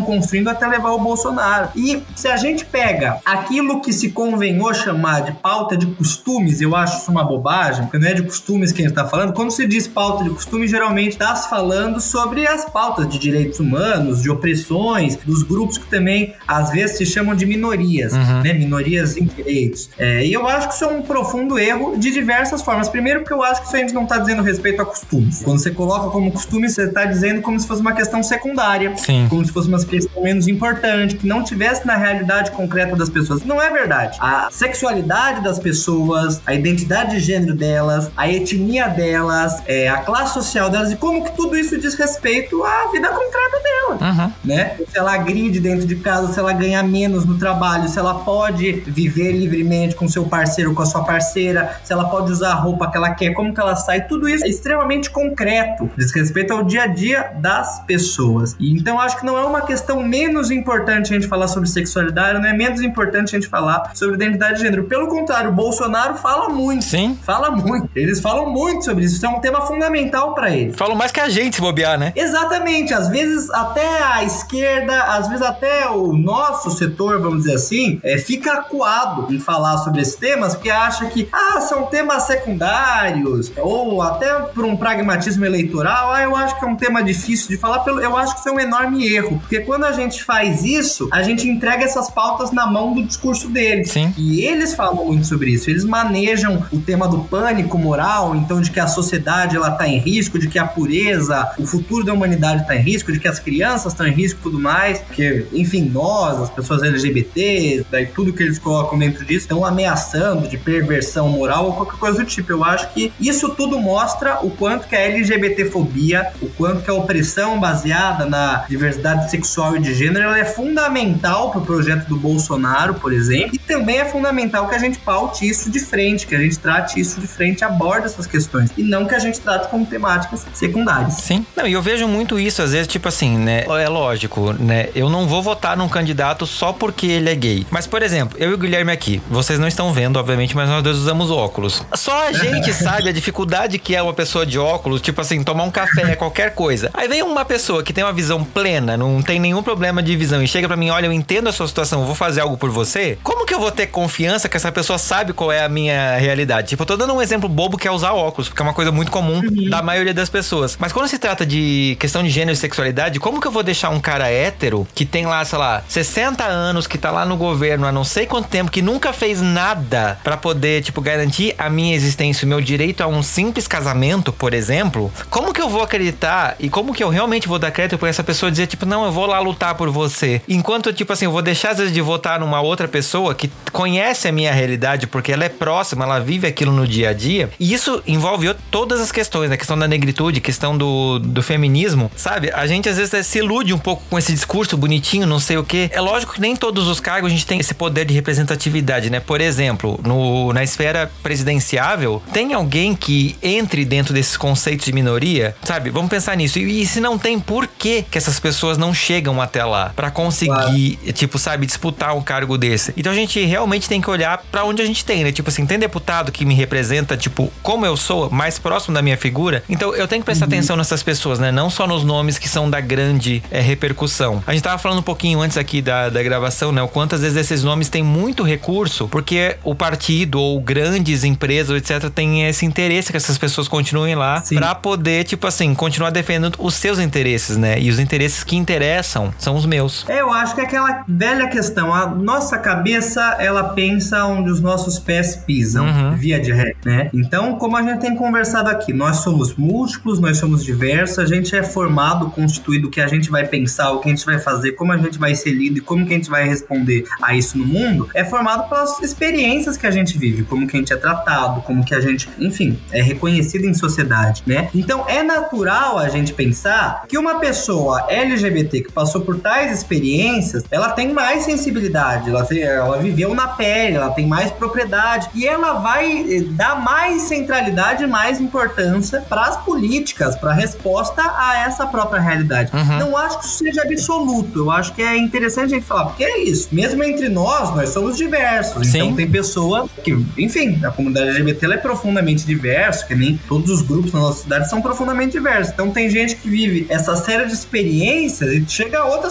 evoluindo até levar o Bolsonaro. E se a gente pega aquilo que se convenhou chamar de pauta de costumes, eu acho isso uma bobagem, porque não é de costumes que a gente tá falando. Quando se diz pauta de costumes, geralmente tá se falando sobre as pautas de direitos humanos, de opressões, dos grupos que também, às vezes, se chamam de minorias, uhum. né? Minorias em direitos. É, e eu acho que isso é um profundo erro de diversas formas. Primeiro, porque eu acho que isso a gente não tá dizendo respeito a costumes. Quando você coloca como costume, você tá dizendo como se fosse uma questão secundária, Sim. como se fosse uma questão menos importante, que não tivesse na realidade concreta das pessoas. Não é verdade. A sexualidade das pessoas, a identidade de gênero delas, a etnia delas, é, a classe social delas, e como que tudo isso diz respeito à vida concreta dela, uhum. né? Se ela agride dentro de casa, se ela ganha menos no trabalho, se ela pode viver livremente com seu parceiro, com a sua parceira, se ela pode usar a roupa que ela quer, como que ela sai, tudo isso é extremamente concreto, diz respeito ao dia a dia das pessoas. E então acho que não é uma questão menos importante a gente falar sobre sexualidade, não é menos importante a gente falar sobre identidade de gênero. Pelo contrário, o Bolsonaro fala muito. Sim. Fala muito. Eles falam muito sobre isso. Isso é um tema fundamental pra eles. Falam mais que a gente se bobear, né? Exatamente. Às vezes até a esquerda, às vezes até o nosso setor, vamos dizer assim, é, fica acuado em falar sobre esses temas, porque acha que, ah, são temas secundários, ou até por um pragmatismo eleitoral, ah, eu acho que é um tema difícil de falar, pelo, eu acho que isso é um enorme erro, porque quando a gente faz isso, a gente entrega essas pautas na mão do discurso deles. Sim. E eles falam muito sobre isso, eles manejam o tema do pânico moral, então de que a sociedade ela tá em risco, de que a pureza, o futuro da humanidade tá em risco, de que as crianças estão em risco e tudo mais, porque, enfim, nós, as pessoas L G B T, daí tudo que eles colocam dentro disso, estão ameaçando de perversão moral ou qualquer coisa do tipo. Eu acho que isso tudo mostra o quanto que a L G B T fobia, o quanto que a opressão baseada na diversidade sexual e de gênero, ela é fundamental pro projeto do Bolsonaro, por exemplo, e também é fundamental que a gente paute isso de frente, que a gente trate isso de frente, aborde essas questões, e não que a gente trate como temáticas secundárias. Sim. Não, e eu vejo muito isso, às vezes, tipo assim, né, é lógico, né, eu não vou votar num candidato só porque ele é gay. Mas, por exemplo, eu e o Guilherme aqui, vocês não estão vendo, obviamente, mas nós dois usamos óculos. Só a gente sabe a dificuldade que é uma pessoa de óculos, tipo assim, tomar um café, qualquer coisa. Aí vem uma pessoa que tem uma visão plena, não tem nenhum problema de visão, e chega pra mim, olha, eu entendo a sua situação, eu vou fazer algo por você. Como que eu vou ter confiança que essa pessoa sabe qual é a minha realidade? Tipo, eu tô dando um exemplo bobo que é usar óculos, porque é uma coisa muito comum uhum. da maioria das pessoas. Mas quando se trata de questão de gênero e sexualidade, como que eu vou deixar um cara hétero, que tem lá, sei lá, sessenta anos, que tá lá no governo há não sei quanto tempo, que nunca fez nada pra poder, tipo, garantir a minha existência, o meu direito a um simples casamento, por exemplo, como que eu vou acreditar e como que eu realmente vou dar crédito pra essa pessoa dizer, tipo, não, eu vou lá lutar por você, enquanto, tipo assim, eu vou deixar às vezes de votar numa outra pessoa que conhece a minha realidade, porque ela é próxima, ela vive aquilo no dia a dia, e isso envolve todas as questões, a questão da negritude, questão do, do feminismo, sabe? A gente às vezes se ilude um pouco com esse discurso bonitinho, não sei o que. É lógico que nem todos os cargos a gente tem esse poder de representatividade, né? Por exemplo, no, na esfera presidenciável, tem alguém que entre dentro desses conceitos de minoria, sabe? Vamos pensar nisso. E, e se não tem, por que que essas pessoas não chegam até lá pra conseguir, claro. tipo, sabe, disputar um cargo desse? Então a gente realmente tem que olhar pra onde a gente tem, né? Tipo assim, tem deputado que me representa, tipo, como eu sou, mais próximo da minha figura. Então eu tenho que prestar uhum. atenção nessas pessoas, né? Não só nos nomes que são da grande é, repercussão. A gente tava falando um pouquinho antes aqui da, da gravação, né? O quantas vezes esses nomes têm muito recurso, porque o partido ou grandes empresas, etcétera, tem esse interesse que essas pessoas continuem lá Sim. pra poder, tipo assim, continuar defendendo os seus interesses, né? E os interesses que interessam são os meus. É, eu acho que é aquela velha questão. A nossa cabeça, ela pensa onde os nossos pés pisam, uhum. via de regra, né? Então, como a gente tem conversado aqui, nós somos múltiplos, nós somos diversos, a gente é formado, constituído, o que a gente vai pensar, o que a gente vai fazer, como a gente vai ser lido e como que a gente vai responder a isso no mundo, é formado pelas experiências que a gente vive, como que a gente é tratado, como que a gente, enfim, é reconhecido em sociedade, né? Então, é natural a gente pensar que uma pessoa L G B T que passou por tais experiências, ela tem mais sensibilidade, ela, tem, ela viveu na pele, ela tem mais propriedade e ela vai dar mais centralidade, mais importância para as políticas, para a resposta a essa própria realidade. Uhum. Não acho que isso seja absoluto, eu acho que é interessante a gente falar, porque é isso, mesmo entre nós, nós somos diversos, Sim. então tem pessoa que, enfim, a comunidade L G B T ela é profundamente diversa, que nem todos os grupos na nossa cidade são profundamente diversos, então tem gente que vive essa série de experiências e chega a outras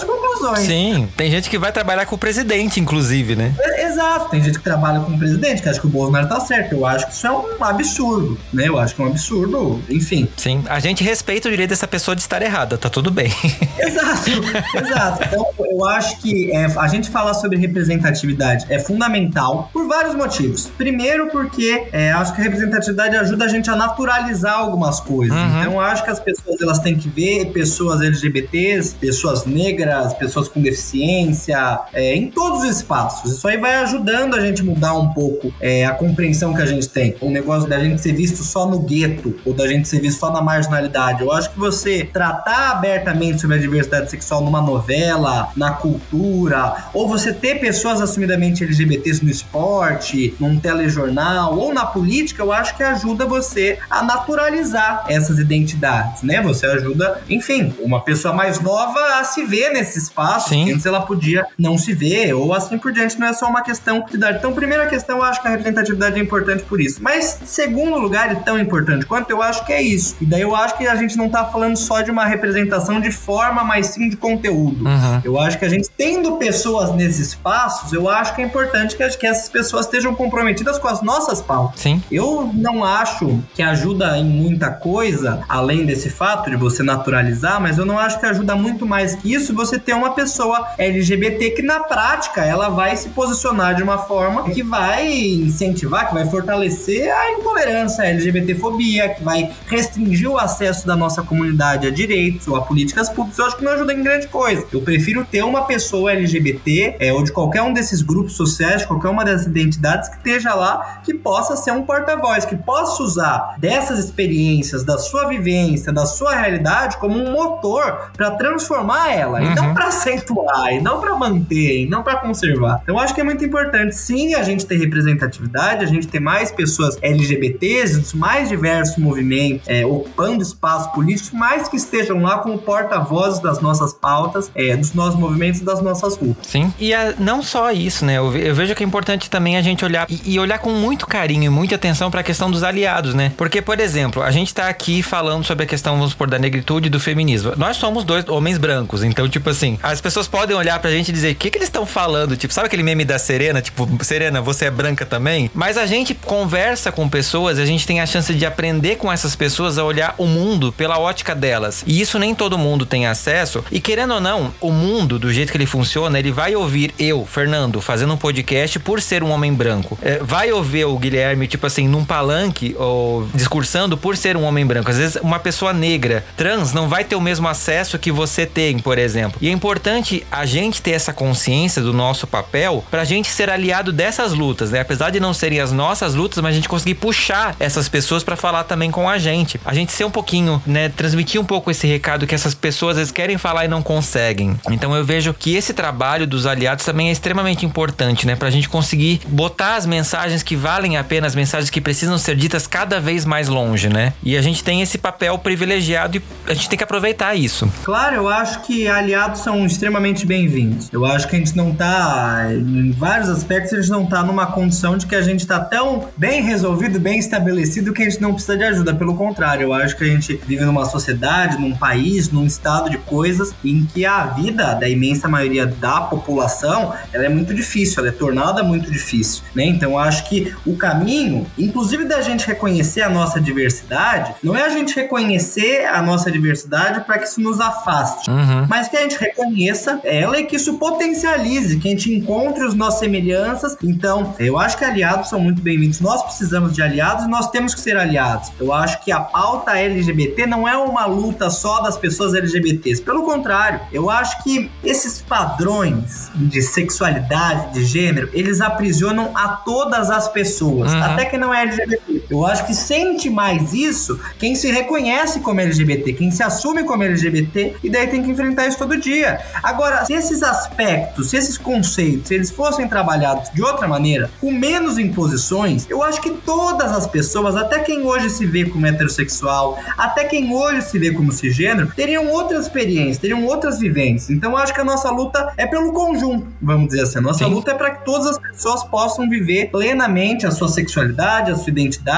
melhores conclusões. Sim, tem gente que vai trabalhar com o presidente, inclusive, né? É, exato, tem gente que trabalha com o presidente, que acha que o Bolsonaro tá certo. Eu acho que isso é um absurdo, né? Eu acho que é um absurdo, enfim. Sim, a gente respeita o direito dessa pessoa de estar errada, tá tudo bem. Exato, exato. Então, eu acho que é, a gente falar sobre representatividade é fundamental por vários motivos. Primeiro, porque é, acho que a representatividade ajuda a gente a naturalizar algumas coisas. Uhum. Então, eu acho que as pessoas elas têm que ver pessoas L G B Ts, pessoas negras, pessoas com deficiência, é, em todos os espaços. Isso aí vai ajudando a gente mudar um pouco é, a compreensão que a gente tem. O negócio da gente ser visto só no gueto ou da gente ser visto só na marginalidade. Eu acho que você tratar abertamente sobre a diversidade sexual numa novela, na cultura, ou você ter pessoas assumidamente L G B Ts no esporte, num telejornal ou na política, eu acho que ajuda você a naturalizar essas identidades, né? Você ajuda, enfim, uma pessoa mais nova a se ver nesse espaço, que antes ela podia não se ver, ou assim por diante, não é só uma questão de idade. Então, primeira questão, eu acho que a representatividade é importante por isso. Mas, segundo lugar, e tão importante quanto, eu acho que é isso. E daí eu acho que a gente não tá falando só de uma representação de forma, mas sim de conteúdo. Uhum. Eu acho que a gente, tendo pessoas nesses espaços, eu acho que é importante que, que essas pessoas estejam comprometidas com as nossas pautas. Sim. Eu não acho que ajuda em muita coisa, além desse fato de você naturalizar, mas eu não acho que ajuda muito mais que isso você ter uma pessoa L G B T que na prática ela vai se posicionar de uma forma que vai incentivar, que vai fortalecer a intolerância, a L G B T fobia, que vai restringir o acesso da nossa comunidade a direitos ou a políticas públicas. Eu acho que não ajuda em grande coisa. Eu prefiro ter uma pessoa L G B T é, ou de qualquer um desses grupos sociais, de qualquer uma dessas identidades que esteja lá, que possa ser um porta-voz, que possa usar dessas experiências, da sua vivência, da sua realidade como um motor para transformar ela, uhum. e não para acentuar, e não para manter, e não para conservar. Então eu acho que é muito importante sim a gente ter representatividade, a gente ter mais pessoas L G B Ts, dos mais diversos movimentos, é, ocupando espaços políticos, mas que estejam lá como porta-vozes das nossas pautas, é, dos nossos movimentos e das nossas lutas. Sim, e a, não só isso, né? Eu, eu vejo que é importante também a gente olhar e, e olhar com muito carinho e muita atenção para a questão dos aliados, né? Porque, por exemplo, a gente tá aqui falando sobre a questão, vamos supor, da negritude e do feminismo. Nós somos dois homens brancos, então, tipo assim, as pessoas podem olhar pra gente e dizer, o que que eles estão falando? Tipo, sabe aquele meme da Serena? Tipo, Serena, você é branca também? Mas a gente conversa com pessoas, a gente tem a chance de aprender com essas pessoas a olhar o mundo pela ótica delas. E isso nem todo mundo tem acesso. E querendo ou não, o mundo, do jeito que ele funciona, ele vai ouvir eu, Fernando, fazendo um podcast por ser um homem branco. É, vai ouvir o Guilherme, tipo assim, num palanque ou discursando por ser um homem branco. Às vezes, uma pessoa negra, trans, não vai ter o mesmo acesso que você tem, por exemplo. E é importante a gente ter essa consciência do nosso papel pra gente ser aliado dessas lutas, né? Apesar de não serem as nossas lutas, mas a gente conseguir puxar essas pessoas pra falar também com a gente. A gente ser um pouquinho, né? Transmitir um pouco esse recado que essas pessoas às vezes querem falar e não conseguem. Então eu vejo que esse trabalho dos aliados também é extremamente importante, né? Pra gente conseguir botar as mensagens que valem a pena, as mensagens que precisam ser ditas cada vez mais longe, né? E a gente tem esse papel privilegiado e a gente tem que aproveitar isso. Claro, eu acho que aliados são extremamente bem-vindos. Eu acho que a gente não tá, em vários aspectos, a gente não tá numa condição de que a gente tá tão bem resolvido, bem estabelecido que a gente não precisa de ajuda. Pelo contrário, eu acho que a gente vive numa sociedade, num país, num estado de coisas em que a vida da imensa maioria da população, ela é muito difícil, ela é tornada muito difícil, né? Então eu acho que o caminho, inclusive da gente reconhecer a nossa diversidade, não é a gente reconhecer a nossa diversidade para que isso nos afaste, uhum. mas que a gente reconheça ela e que isso potencialize, que a gente encontre as nossas semelhanças. Então, eu acho que aliados são muito bem-vindos. Nós precisamos de aliados e nós temos que ser aliados. Eu acho que a pauta L G B T não é uma luta só das pessoas L G B Ts. Pelo contrário, eu acho que esses padrões de sexualidade, de gênero, eles aprisionam a todas as pessoas, uhum. até que não é L G B T. Eu acho que sente mais isso quem se reconhece como L G B T, quem se assume como L G B T, e daí tem que enfrentar isso todo dia. Agora, se esses aspectos, se esses conceitos, se eles fossem trabalhados de outra maneira, com menos imposições, eu acho que todas as pessoas, até quem hoje se vê como heterossexual, até quem hoje se vê como cisgênero, teriam outras experiências, teriam outras vivências. Então eu acho que a nossa luta é pelo conjunto, vamos dizer assim. A nossa Sim. luta é para que todas as pessoas possam viver plenamente a sua sexualidade, a sua identidade,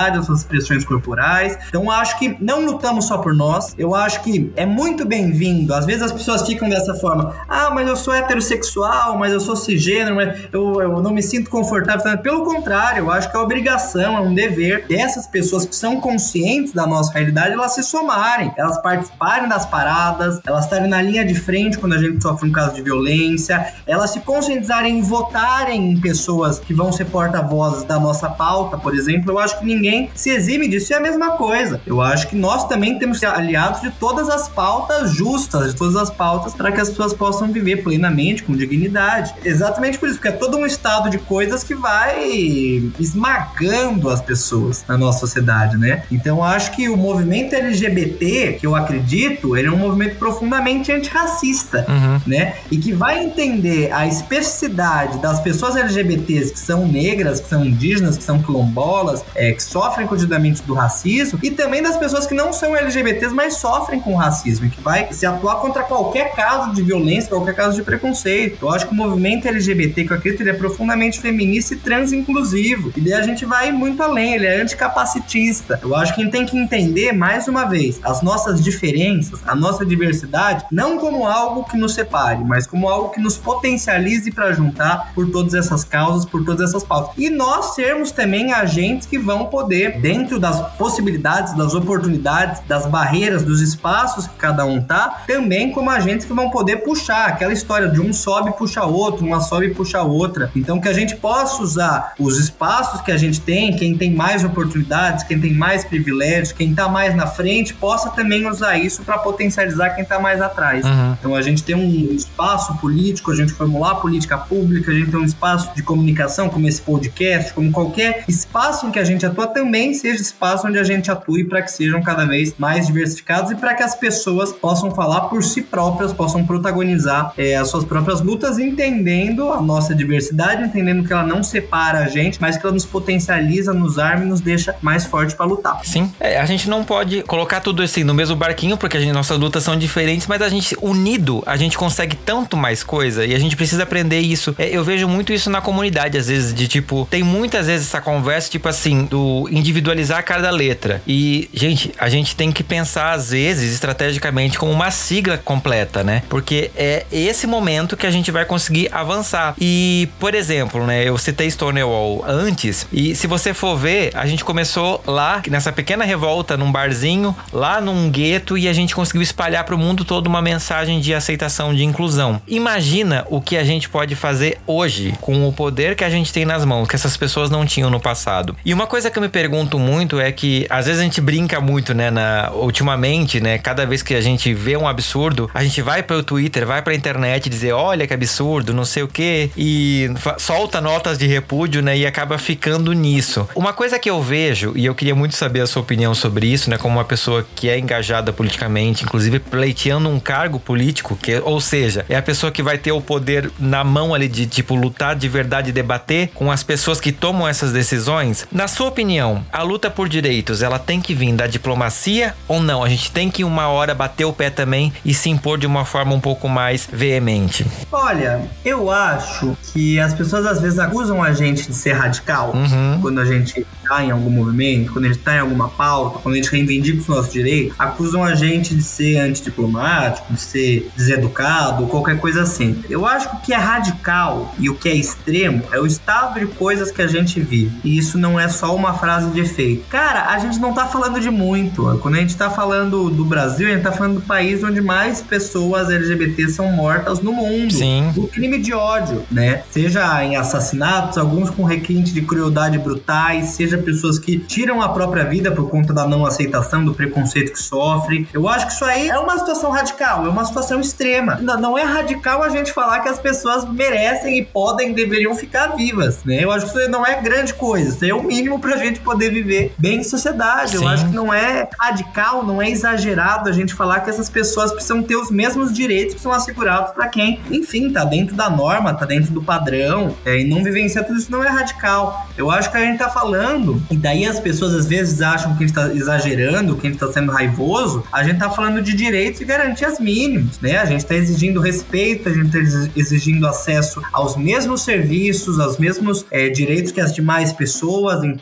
sexualidade, as suas expressões corporais. Então eu acho que não lutamos só por nós, eu acho que é muito bem-vindo. Às vezes as pessoas ficam dessa forma, ah, mas eu sou heterossexual, mas eu sou cisgênero, mas eu, eu não me sinto confortável. Pelo contrário, eu acho que é obrigação, é um dever dessas pessoas que são conscientes da nossa realidade, elas se somarem, elas participarem das paradas, elas estarem na linha de frente quando a gente sofre um caso de violência, elas se conscientizarem e votarem em pessoas que vão ser porta-vozes da nossa pauta, por exemplo. Eu acho que ninguém se exime disso, é a mesma coisa. Eu acho que nós também temos que ser aliados de todas as pautas justas, de todas as pautas, para que as pessoas possam viver plenamente, com dignidade. Exatamente por isso, porque é todo um estado de coisas que vai esmagando as pessoas na nossa sociedade, né? Então eu acho que o movimento L G B T, que eu acredito, ele é um movimento profundamente antirracista, uhum. né? E que vai entender a especificidade das pessoas L G B Ts que são negras, que são indígenas, que são quilombolas, é, que sofrem cotidianamente do racismo, e também das pessoas que não são L G B Ts, mas sofrem com racismo, e que vai se atuar contra qualquer caso de violência, qualquer caso de preconceito. Eu acho que o movimento L G B T, que eu acredito, ele é profundamente feminista e transinclusivo. E daí a gente vai muito além, ele é anticapacitista. Eu acho que a gente tem que entender, mais uma vez, as nossas diferenças, a nossa diversidade, não como algo que nos separe, mas como algo que nos potencialize para juntar por todas essas causas, por todas essas pautas. E nós sermos também agentes que vão poder, dentro das possibilidades, das oportunidades, das barreiras, dos espaços que cada um tá, também como agentes que vão poder puxar aquela história de um sobe e puxa outro, uma sobe e puxa outra. Então que a gente possa usar os espaços que a gente tem, quem tem mais oportunidades, quem tem mais privilégios, quem tá mais na frente, possa também usar isso para potencializar quem tá mais atrás. Uhum. Então a gente tem um espaço político, a gente formular política pública, a gente tem um espaço de comunicação, como esse podcast, como qualquer espaço em que a gente atua, também seja espaço onde a gente atue para que sejam cada vez mais diversificados e para que as pessoas possam falar por si próprias, possam protagonizar é, as suas próprias lutas, entendendo a nossa diversidade, entendendo que ela não separa a gente, mas que ela nos potencializa, nos arma e nos deixa mais forte para lutar. Sim, é, a gente não pode colocar tudo assim no mesmo barquinho, porque a gente, nossas lutas são diferentes, mas a gente, unido, a gente consegue tanto mais coisa e a gente precisa aprender isso. É, eu vejo muito isso na comunidade, às vezes, de tipo, tem muitas vezes essa conversa, tipo assim, do individualizar cada letra. E, gente, a gente tem que pensar, às vezes, estrategicamente, como uma sigla completa, né? Porque é esse momento que a gente vai conseguir avançar. E, por exemplo, né, eu citei Stonewall antes, e se você for ver, a gente começou lá, nessa pequena revolta, num barzinho, lá num gueto, e a gente conseguiu espalhar pro mundo todo uma mensagem de aceitação, de inclusão. Imagina o que a gente pode fazer hoje, com o poder que a gente tem nas mãos, que essas pessoas não tinham no passado. E uma coisa que eu me pergunto muito é que, às vezes a gente brinca muito, né, na, ultimamente, né, cada vez que a gente vê um absurdo, a gente vai pro Twitter, vai pra internet dizer, olha que absurdo, não sei o que, e solta notas de repúdio, né, e acaba ficando nisso. Uma coisa que eu vejo, e eu queria muito saber a sua opinião sobre isso, né, como uma pessoa que é engajada politicamente, inclusive pleiteando um cargo político, que, ou seja, é a pessoa que vai ter o poder na mão ali de, tipo, lutar de verdade e debater com as pessoas que tomam essas decisões. Na sua opinião, a luta por direitos, ela tem que vir da diplomacia ou não? A gente tem que uma hora bater o pé também e se impor de uma forma um pouco mais veemente? Olha, eu acho que as pessoas às vezes acusam a gente de ser radical, uhum. quando a gente está em algum movimento, quando a gente está em alguma pauta, quando a gente reivindica os nossos direitos, acusam a gente de ser antidiplomático, de ser deseducado, qualquer coisa assim. Eu acho que o que é radical e o que é extremo é o estado de coisas que a gente vive. E isso não é só uma frase de efeito. Cara, a gente não tá falando de muito. Quando a gente tá falando do Brasil, a gente tá falando do país onde mais pessoas L G B T são mortas no mundo. Sim. Do crime de ódio, né? Seja em assassinatos, alguns com requinte de crueldade brutais, seja pessoas que tiram a própria vida por conta da não aceitação, do preconceito que sofrem. Eu acho que isso aí é uma situação radical, é uma situação extrema. Não é radical a gente falar que as pessoas merecem e podem, deveriam ficar vivas, né? Eu acho que isso não é grande coisa, isso é o mínimo pra gente poder viver bem em sociedade. Sim. Eu acho que não é radical, não é exagerado a gente falar que essas pessoas precisam ter os mesmos direitos que são assegurados pra quem, enfim, tá dentro da norma, tá dentro do padrão, é, e não vivenciar tudo isso não é radical. Eu acho que a gente tá falando, e daí as pessoas às vezes acham que a gente tá exagerando, que a gente tá sendo raivoso, a gente tá falando de direitos e garantias mínimas, né? A gente tá exigindo respeito, a gente tá exigindo acesso aos mesmos serviços, aos mesmos é, direitos que as demais pessoas. Então, é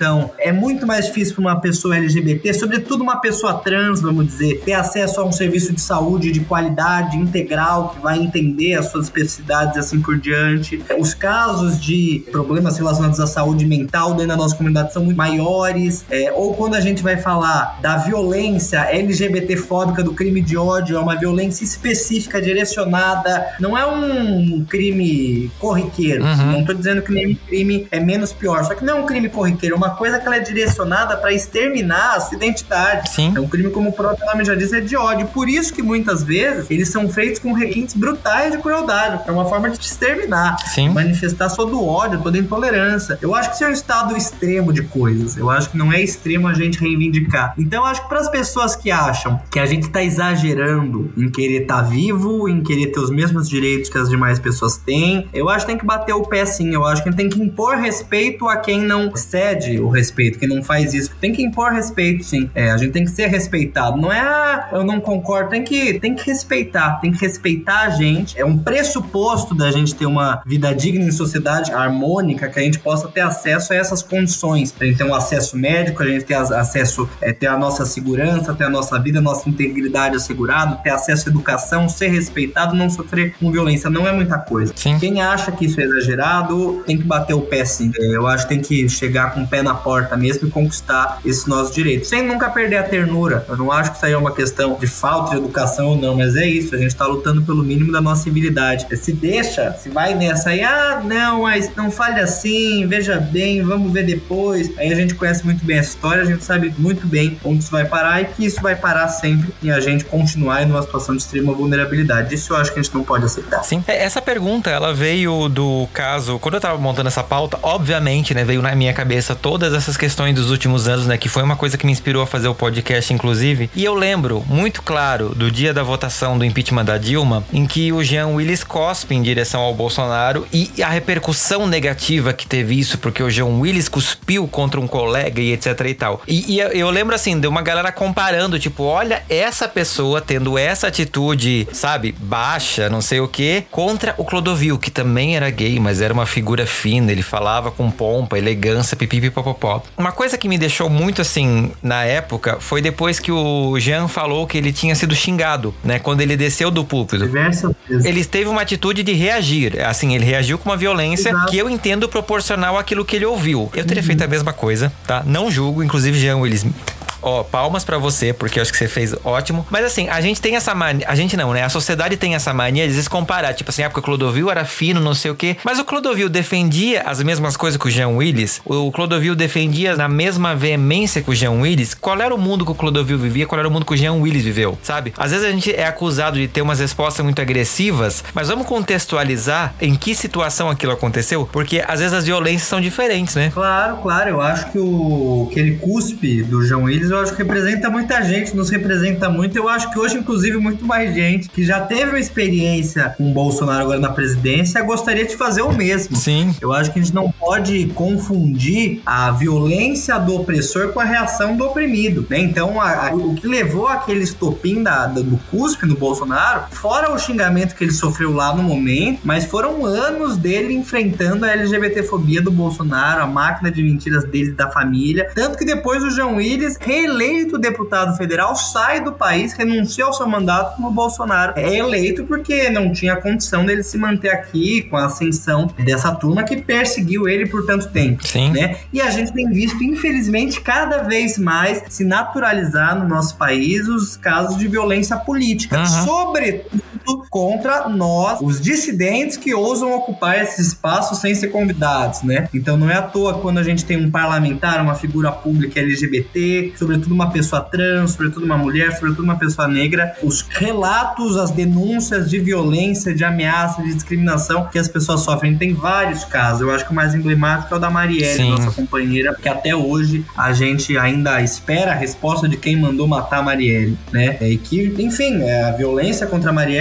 é muito mais difícil para uma pessoa L G B T, sobretudo uma pessoa trans, vamos dizer, ter acesso a um serviço de saúde de qualidade integral, que vai entender as suas especificidades e assim por diante. Os casos de problemas relacionados à saúde mental dentro da nossa comunidade são muito maiores, é, ou quando a gente vai falar da violência L G B T fóbica, do crime de ódio, é uma violência específica, direcionada, não é um crime corriqueiro, uhum. Não tô dizendo que nenhum crime é menos pior, só que não é um crime corriqueiro, é uma coisa que ela é direcionada para exterminar a sua identidade. Sim. É um crime, como o próprio nome já diz, é de ódio, por isso que muitas vezes eles são feitos com requintes brutais de crueldade, é uma forma de te exterminar, Sim. manifestar todo o ódio, toda a intolerância. Eu acho que isso é um estado extremo de coisas, eu acho que não é extremo a gente reivindicar. Então eu acho que para as pessoas que acham que a gente tá exagerando em querer estar tá vivo, em querer ter os mesmos direitos que as demais pessoas têm, eu acho que tem que bater o pé sim, eu acho que tem que impor respeito a quem não cede o respeito, quem não faz isso, tem que impor respeito sim, é, a gente tem que ser respeitado, não é ah, eu não concordo, tem que, tem que respeitar, tem que respeitar a gente, é um pressuposto da gente ter uma vida digna em sociedade harmônica, que a gente possa ter acesso a essas condições, a gente ter um acesso médico, a gente ter acesso, é, ter a nossa segurança, ter a nossa vida, a nossa integridade assegurada, ter acesso à educação, ser respeitado, não sofrer com violência, não é muita coisa. Sim. Quem acha que isso é exagerado, tem que bater o pé sim. Eu acho que tem que chegar com o pé na porta mesmo e conquistar esses nossos direitos, sem nunca perder a ternura. Eu não acho que isso aí é uma questão de falta de educação ou não, mas é isso, a gente tá lutando pelo mínimo da nossa civilidade. Se deixa, se vai nessa aí, ah, não, mas não fale assim, veja bem, vamos ver depois. Aí a gente conhece muito bem a história, a gente sabe muito bem onde isso vai parar e que isso vai parar sempre e a gente continuar em uma situação de extrema vulnerabilidade. Isso eu acho que a gente não pode aceitar. Sim, essa pergunta, ela veio do caso, quando eu tava montando essa pauta, obviamente, né, veio na minha cabeça todas essas questões dos últimos anos, né, que foi uma coisa que me inspirou a fazer o podcast, inclusive, e eu lembro muito claro do dia da votação do impeachment da Dilma, em que o Jean Willis cospe em direção ao Bolsonaro e a repercussão negativa que teve isso, porque o Jean Willis cuspiu contra um colega e etc e tal. E, e eu lembro assim, de uma galera comparando, tipo, olha essa pessoa tendo essa atitude, sabe, baixa, não sei o que, contra o Clodovil, que também era gay, mas era uma figura fina, ele falava com pompa, elegância, pipipipopopó. Uma coisa que me deixou muito assim, na época, foi depois que o Jean falou que ele tinha sido xingado, né, quando ele desceu do púlpito. Ele teve uma atitude de reagir, assim, ele reagiu com uma violência Exato. Que eu entendo proporcional àquilo que ele ouviu. Eu teria uhum. feito a mesma coisa, tá? Não julgo, inclusive Jean Willis... Ó, palmas pra você, porque eu acho que você fez ótimo. Mas assim, a gente tem essa mania... A gente não, né? A sociedade tem essa mania de às vezes comparar. Tipo assim, ah, porque o Clodovil era fino, não sei o quê. Mas o Clodovil defendia as mesmas coisas que o Jean Willis. O Clodovil defendia na mesma veemência que o Jean Willis. Qual era o mundo que o Clodovil vivia? Qual era o mundo que o Jean Willis viveu? Sabe? Às vezes a gente é acusado de ter umas respostas muito agressivas, mas vamos contextualizar em que situação aquilo aconteceu? Porque às vezes as violências são diferentes, né? Claro, claro. Eu acho que o aquele cuspe do Jean Willis, eu acho que representa muita gente, nos representa muito. Eu acho que hoje, inclusive, muito mais gente que já teve uma experiência com o Bolsonaro agora na presidência gostaria de fazer o mesmo. Sim. Eu acho que a gente não pode confundir a violência do opressor com a reação do oprimido, né? Então, a, a, o que levou aquele estopim da, da, do cuspe no Bolsonaro, fora o xingamento que ele sofreu lá no momento, mas foram anos dele enfrentando a LGBTfobia do Bolsonaro, a máquina de mentiras dele e da família. Tanto que depois o Jean Willis, reeleito deputado federal, sai do país, renuncia ao seu mandato como o Bolsonaro é eleito porque não tinha condição dele se manter aqui com a ascensão dessa turma que perseguiu ele por tanto tempo. Sim. Né? E a gente tem visto, infelizmente, cada vez mais se naturalizar no nosso país os casos de violência política, uhum. sobretudo contra nós, os dissidentes que ousam ocupar esses espaços sem ser convidados, né? Então não é à toa quando a gente tem um parlamentar, uma figura pública L G B T, sobretudo uma pessoa trans, sobretudo uma mulher, sobretudo uma pessoa negra, os relatos, as denúncias de violência, de ameaça, de discriminação que as pessoas sofrem. Tem vários casos. Eu acho que o mais emblemático é o da Marielle, Sim. nossa companheira, que até hoje a gente ainda espera a resposta de quem mandou matar a Marielle, né? E que, enfim, a violência contra a Marielle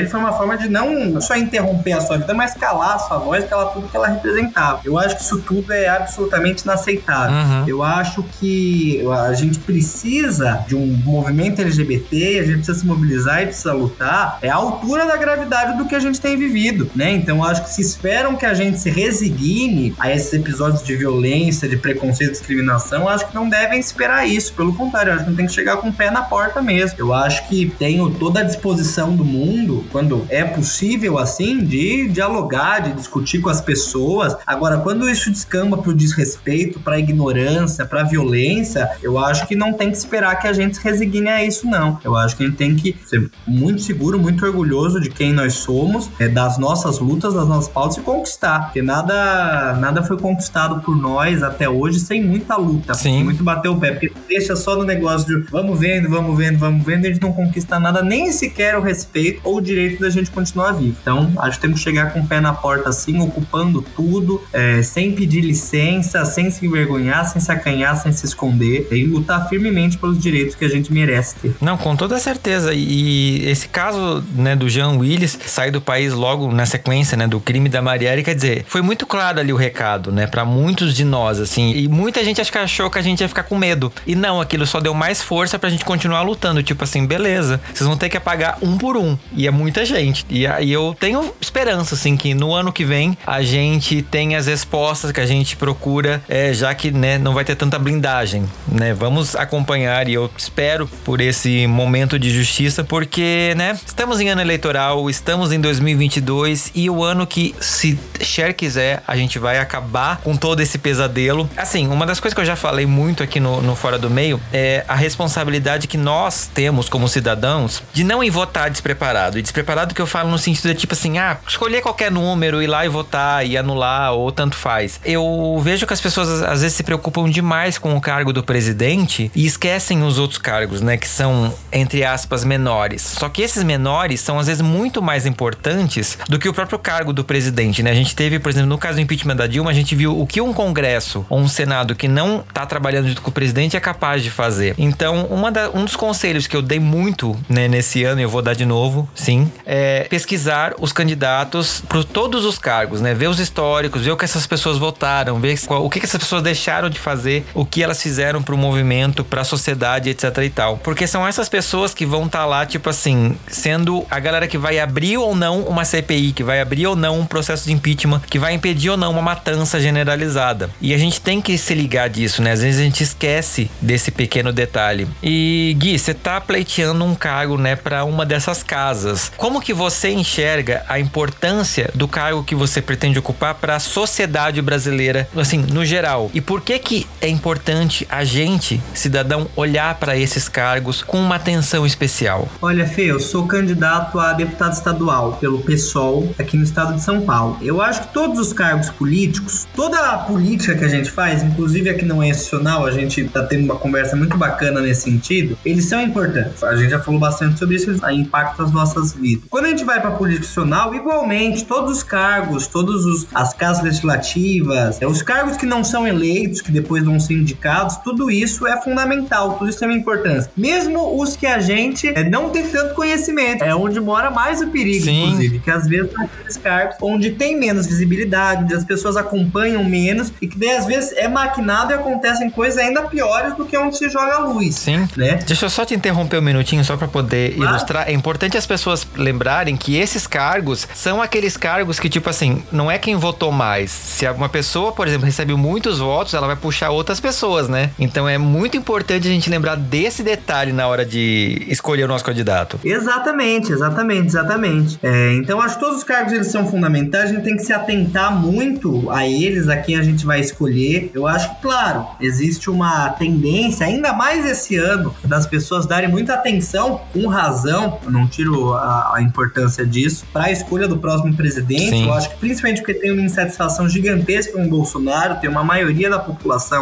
foi uma forma de não só interromper a sua vida, mas calar a sua voz, calar tudo que ela representava. Eu acho que isso tudo é absolutamente inaceitável. Uhum. Eu acho que a gente precisa de um movimento L G B T, a gente precisa se mobilizar e precisa lutar, é a altura da gravidade do que a gente tem vivido, né? Então eu acho que se esperam que a gente se resigne a esses episódios de violência, de preconceito, discriminação, eu acho que não devem esperar isso. Pelo contrário, eu acho que tem que chegar com o pé na porta mesmo. Eu acho que tenho toda a disposição do mundo, quando é possível assim, de dialogar, de discutir com as pessoas. Agora, quando isso descamba pro desrespeito, pra ignorância, pra violência, eu acho que não tem que esperar que a gente se resigne a isso, não. Eu acho que a gente tem que ser muito seguro, muito orgulhoso de quem nós somos, é, das nossas lutas, das nossas pautas e conquistar. Porque nada, nada foi conquistado por nós até hoje sem muita luta, sem muito bater o pé. Porque deixa só no negócio de vamos vendo, vamos vendo, vamos vendo, e a gente não conquista nada, nem sequer o respeito ou o direito da gente continuar vivo. Então, acho que temos que chegar com o pé na porta assim, ocupando tudo, é, sem pedir licença, sem se envergonhar, sem se acanhar, sem se esconder, e lutar firmemente pelos direitos que a gente merece ter. Não, com toda certeza. E esse caso, né, do Jean Willis sair do país logo na sequência, né, do crime da Marielle, quer dizer, foi muito claro ali o recado, né, pra muitos de nós, assim, e muita gente acho que achou que a gente ia ficar com medo. E não, aquilo só deu mais força pra gente continuar lutando, tipo assim, beleza, vocês vão ter que apagar um por um. E é muita gente. E aí eu tenho esperança, assim, que no ano que vem a gente tenha as respostas que a gente procura, é, já que, né, não vai ter tanta blindagem, né? Vamos acompanhar e eu espero por esse momento de justiça, porque, né, estamos em ano eleitoral, estamos em dois mil e vinte e dois e o ano que, se Cher quiser, a gente vai acabar com todo esse pesadelo. Assim, uma das coisas que eu já falei muito aqui no, no Fora do Meio é a responsabilidade que nós temos como cidadãos de não ir votar despreparado. E despreparado que eu falo no sentido de tipo assim, ah, escolher qualquer número, ir lá e votar e anular ou tanto faz. Eu vejo que as pessoas às vezes se preocupam demais com o cargo do presidente e esquecem os outros cargos, né, que são, entre aspas, menores. Só que esses menores são às vezes muito mais importantes do que o próprio cargo do presidente, né? A gente teve, por exemplo, no caso do impeachment da Dilma, a gente viu o que um Congresso ou um Senado que não tá trabalhando junto com o presidente é capaz de fazer. Então, uma da, um dos conselhos que eu dei muito, né, nesse ano, e eu vou dar de novo, sim, é pesquisar os candidatos para todos os cargos, né? Ver os históricos, ver o que essas pessoas votaram, ver qual, o que essas pessoas deixaram de fazer, o que elas fizeram pro movimento, pra sociedade, etc e tal. Porque são essas pessoas que vão estar tá lá, tipo assim, sendo a galera que vai abrir ou não uma C P I, que vai abrir ou não um processo de impeachment, que vai impedir ou não uma matança generalizada. E a gente tem que se ligar disso, né? Às vezes a gente esquece desse pequeno detalhe. E, Gui, você tá pleiteando um cargo, né, pra uma dessas casas. Como que você enxerga a importância do cargo que você pretende ocupar para a sociedade brasileira, assim, no geral? E por que que é importante a gente, cidadão, olhar para esses cargos com uma atenção especial? Olha, Fê, eu sou candidato a deputado estadual pelo PSOL aqui no estado de São Paulo. Eu acho que todos os cargos políticos, toda a política que a gente faz, inclusive aqui não é institucional, a gente tá tendo uma conversa muito bacana nesse sentido, eles são importantes. A gente já falou bastante sobre isso, eles impactam as nossas vidas. Quando a gente vai pra política institucional, igualmente, todos os cargos, todas as casas legislativas, os cargos que não são eleitos, que depois vão ser indicados, tudo isso é fundamental, tudo isso tem uma importância. Mesmo os que a gente é, não tem tanto conhecimento, é onde mora mais o perigo, Sim. inclusive, que às vezes são aqueles cargos onde tem menos visibilidade, onde as pessoas acompanham menos e que daí às vezes é maquinado e acontecem coisas ainda piores do que onde se joga a luz. Sim. Né? Deixa eu só te interromper um minutinho só pra poder ah. ilustrar. É importante as pessoas lembrarem que esses cargos são aqueles cargos que, tipo assim, não é quem votou mais. Se uma pessoa, por exemplo, recebe muitos votos, ela vai puxar outras pessoas, né? Então é muito importante a gente lembrar desse detalhe na hora de escolher o nosso candidato. Exatamente, exatamente, exatamente. É, então acho que todos os cargos eles são fundamentais, a gente tem que se atentar muito a eles, a quem a gente vai escolher. Eu acho que, claro, existe uma tendência, ainda mais esse ano, das pessoas darem muita atenção, com razão, eu não tiro a, a importância disso, para a escolha do próximo presidente. Sim. Eu acho que principalmente porque tem uma insatisfação gigantesca com o Bolsonaro, tem uma maioria da população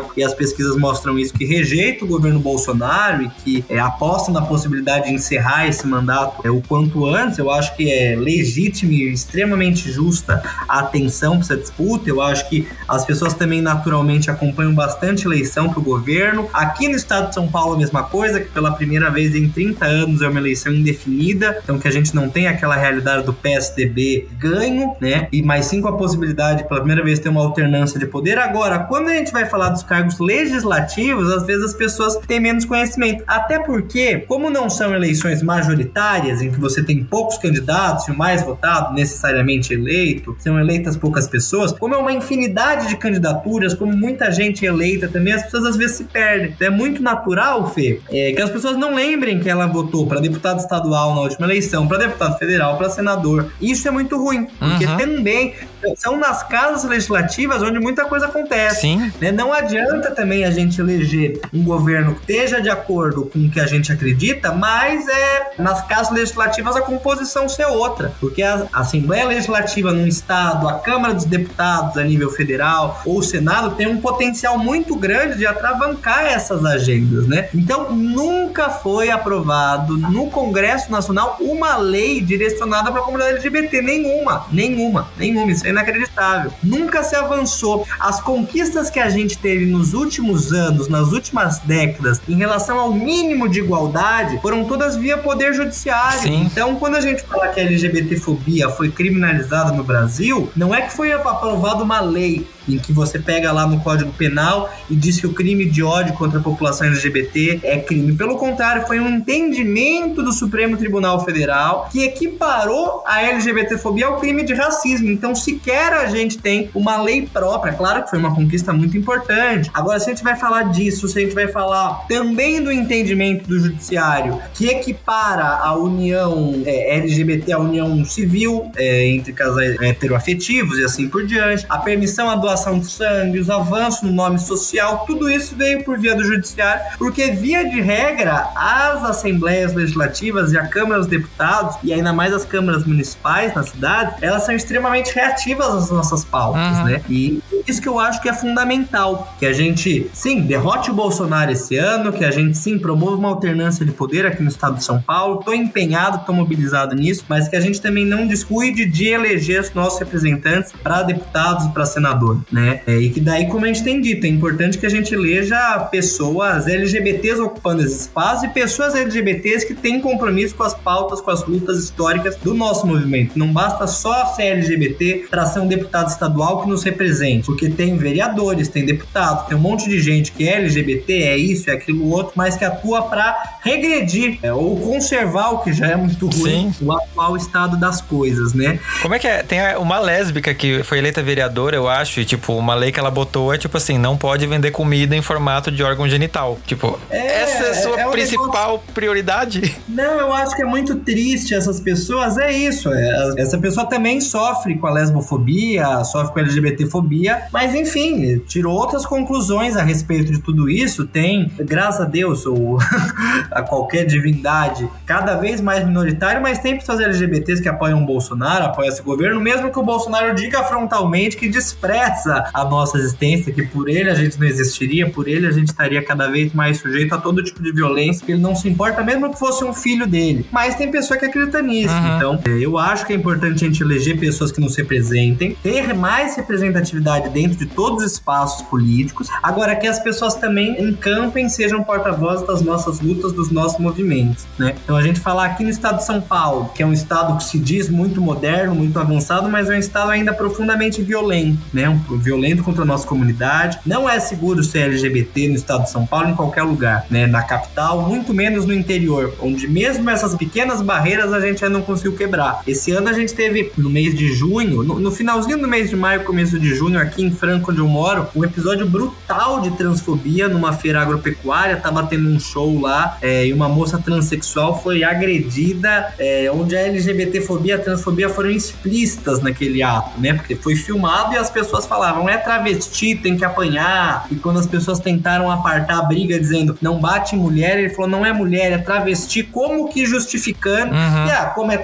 e as pesquisas mostram isso, que rejeita o governo Bolsonaro e que é, aposta na possibilidade de encerrar esse mandato é, o quanto antes. Eu acho que é legítima e extremamente justa a atenção para essa disputa. Eu acho que as pessoas também naturalmente acompanham bastante eleição para o governo. Aqui no estado de São Paulo a mesma coisa, que pela primeira vez em trinta anos é uma eleição indefinida, então que a gente não tem aquela realidade do P S D B ganho, né, e mais sim com a possibilidade pela primeira vez ter uma alternância de poder. Agora, quando a gente vai falar dos cargos legislativos, às vezes as pessoas têm menos conhecimento, até porque, como não são eleições majoritárias, em que você tem poucos candidatos e o mais votado necessariamente eleito, são eleitas poucas pessoas, como é uma infinidade de candidaturas, como muita gente eleita também, as pessoas às vezes se perdem. Então é muito natural, Fê, é, que as pessoas não lembrem que ela votou para deputado estadual na última eleição, para deputado federal, para senador. Isso é muito ruim, porque uhum. também são nas casas legislativas onde muita coisa acontece. Sim. Né? Não adianta também a gente eleger um governo que esteja de acordo com o que a gente acredita, mas é nas casas legislativas a composição ser outra, porque a Assembleia Legislativa num estado, a Câmara dos Deputados a nível federal ou o Senado tem um potencial muito grande de atravancar essas agendas, né? Então nunca foi aprovado no Congresso Nacional uma lei direcionada para a comunidade L G B T, nenhuma, nenhuma, nenhuma, isso é inacreditável. Nunca se avançou. As conquistas que a gente teve nos últimos anos, nas últimas décadas, em relação ao mínimo de igualdade, foram todas via poder judiciário. Sim. Então, quando a gente fala que a L G B T fobia foi criminalizada no Brasil, não é que foi aprovada uma lei em que você pega lá no Código Penal e diz que o crime de ódio contra a população L G B T é crime. Pelo contrário, foi um entendimento do Supremo Tribunal Federal que equiparou a L G B T fobia ao crime de racismo. Então, sequer a gente tem uma lei própria. Claro que foi uma conquista muito importante. Agora, se a gente vai falar disso, se a gente vai falar também do entendimento do judiciário que equipara a união é, L G B T, a união civil é, entre casais heteroafetivos e assim por diante, a permissão à doação de sangue, os avanços no nome social, tudo isso veio por via do judiciário, porque via de regra as assembleias legislativas e a Câmara dos Deputados, e ainda mais as câmaras municipais na cidade, elas são extremamente reativas às nossas pautas, uhum. né? E isso que eu acho que é fundamental, que a gente, sim, derrote o Bolsonaro esse ano, que a gente, sim, promova uma alternância de poder aqui no estado de São Paulo. Tô empenhado, tô mobilizado nisso, mas que a gente também não descuide de eleger os nossos representantes para deputados e para senador, né? É, e que daí, como a gente tem dito, é importante que a gente eleja pessoas L G B Ts ocupando esse espaço e pessoas L G B Ts que têm compromisso com as pautas, com as lutas históricas do nosso movimento. Não basta só ser L G B T para ser um deputado estadual que nos represente, porque tem vereadores, tem deputados, tem um monte de gente que é L G B T, é isso, é aquilo outro, mas que atua para regredir é, ou conservar o que já é muito ruim, Sim. o atual estado das coisas, né? Como é que é? Tem uma lésbica que foi eleita vereadora, eu acho, e tipo, uma lei que ela botou é tipo assim, não pode vender comida em formato de órgão genital. Tipo, é, essa é a sua é principal negócio... prioridade? Não, eu acho que é muito triste essas pessoas, é isso, é, essa pessoa também sofre com a lesbofobia, sofre com a L G B T fobia, mas enfim, tirou outras conclusões a respeito de tudo isso. Tem, graças a Deus, ou a qualquer divindade, cada vez mais minoritário, mas tem pessoas L G B Ts que apoiam o Bolsonaro, apoiam esse governo, mesmo que o Bolsonaro diga frontalmente que despreza a nossa existência, que por ele a gente não existiria, por ele a gente estaria cada vez mais sujeito a todo tipo de violência, que ele não se importa, mesmo que fosse um filho dele. Mas tem pessoa que acredita nisso. Uhum. Então, eu acho que é importante a gente eleger pessoas que nos representem, ter mais representatividade dentro de todos os espaços políticos. Agora, que as pessoas também encampem, sejam porta-vozes das nossas lutas, dos nossos movimentos, né? Então, a gente falar aqui no estado de São Paulo, que é um estado que se diz muito moderno, muito avançado, mas é um estado ainda profundamente violento, né? Um, violento contra a nossa comunidade. Não é seguro ser L G B T no estado de São Paulo, em qualquer lugar, né? Na capital, muito menos no interior, onde mesmo essas pequenas barreiras a gente ainda não conseguiu quebrar. Esse ano a gente teve, no mês de junho, no, no finalzinho do mês de maio, começo de junho, aqui em Franca, onde eu moro, um episódio brutal de transfobia numa feira agropecuária. Tava tendo um show lá é, e uma moça transexual foi agredida, é, onde a L G B T fobia e a transfobia foram explícitas naquele ato, né? Porque foi filmado e as pessoas falavam, é travesti, tem que apanhar. E quando as pessoas tentaram apartar a briga dizendo, não bate em mulher, ele falou, não é mulher, é travesti, como que justificando? Uhum. E ah, como é travesti,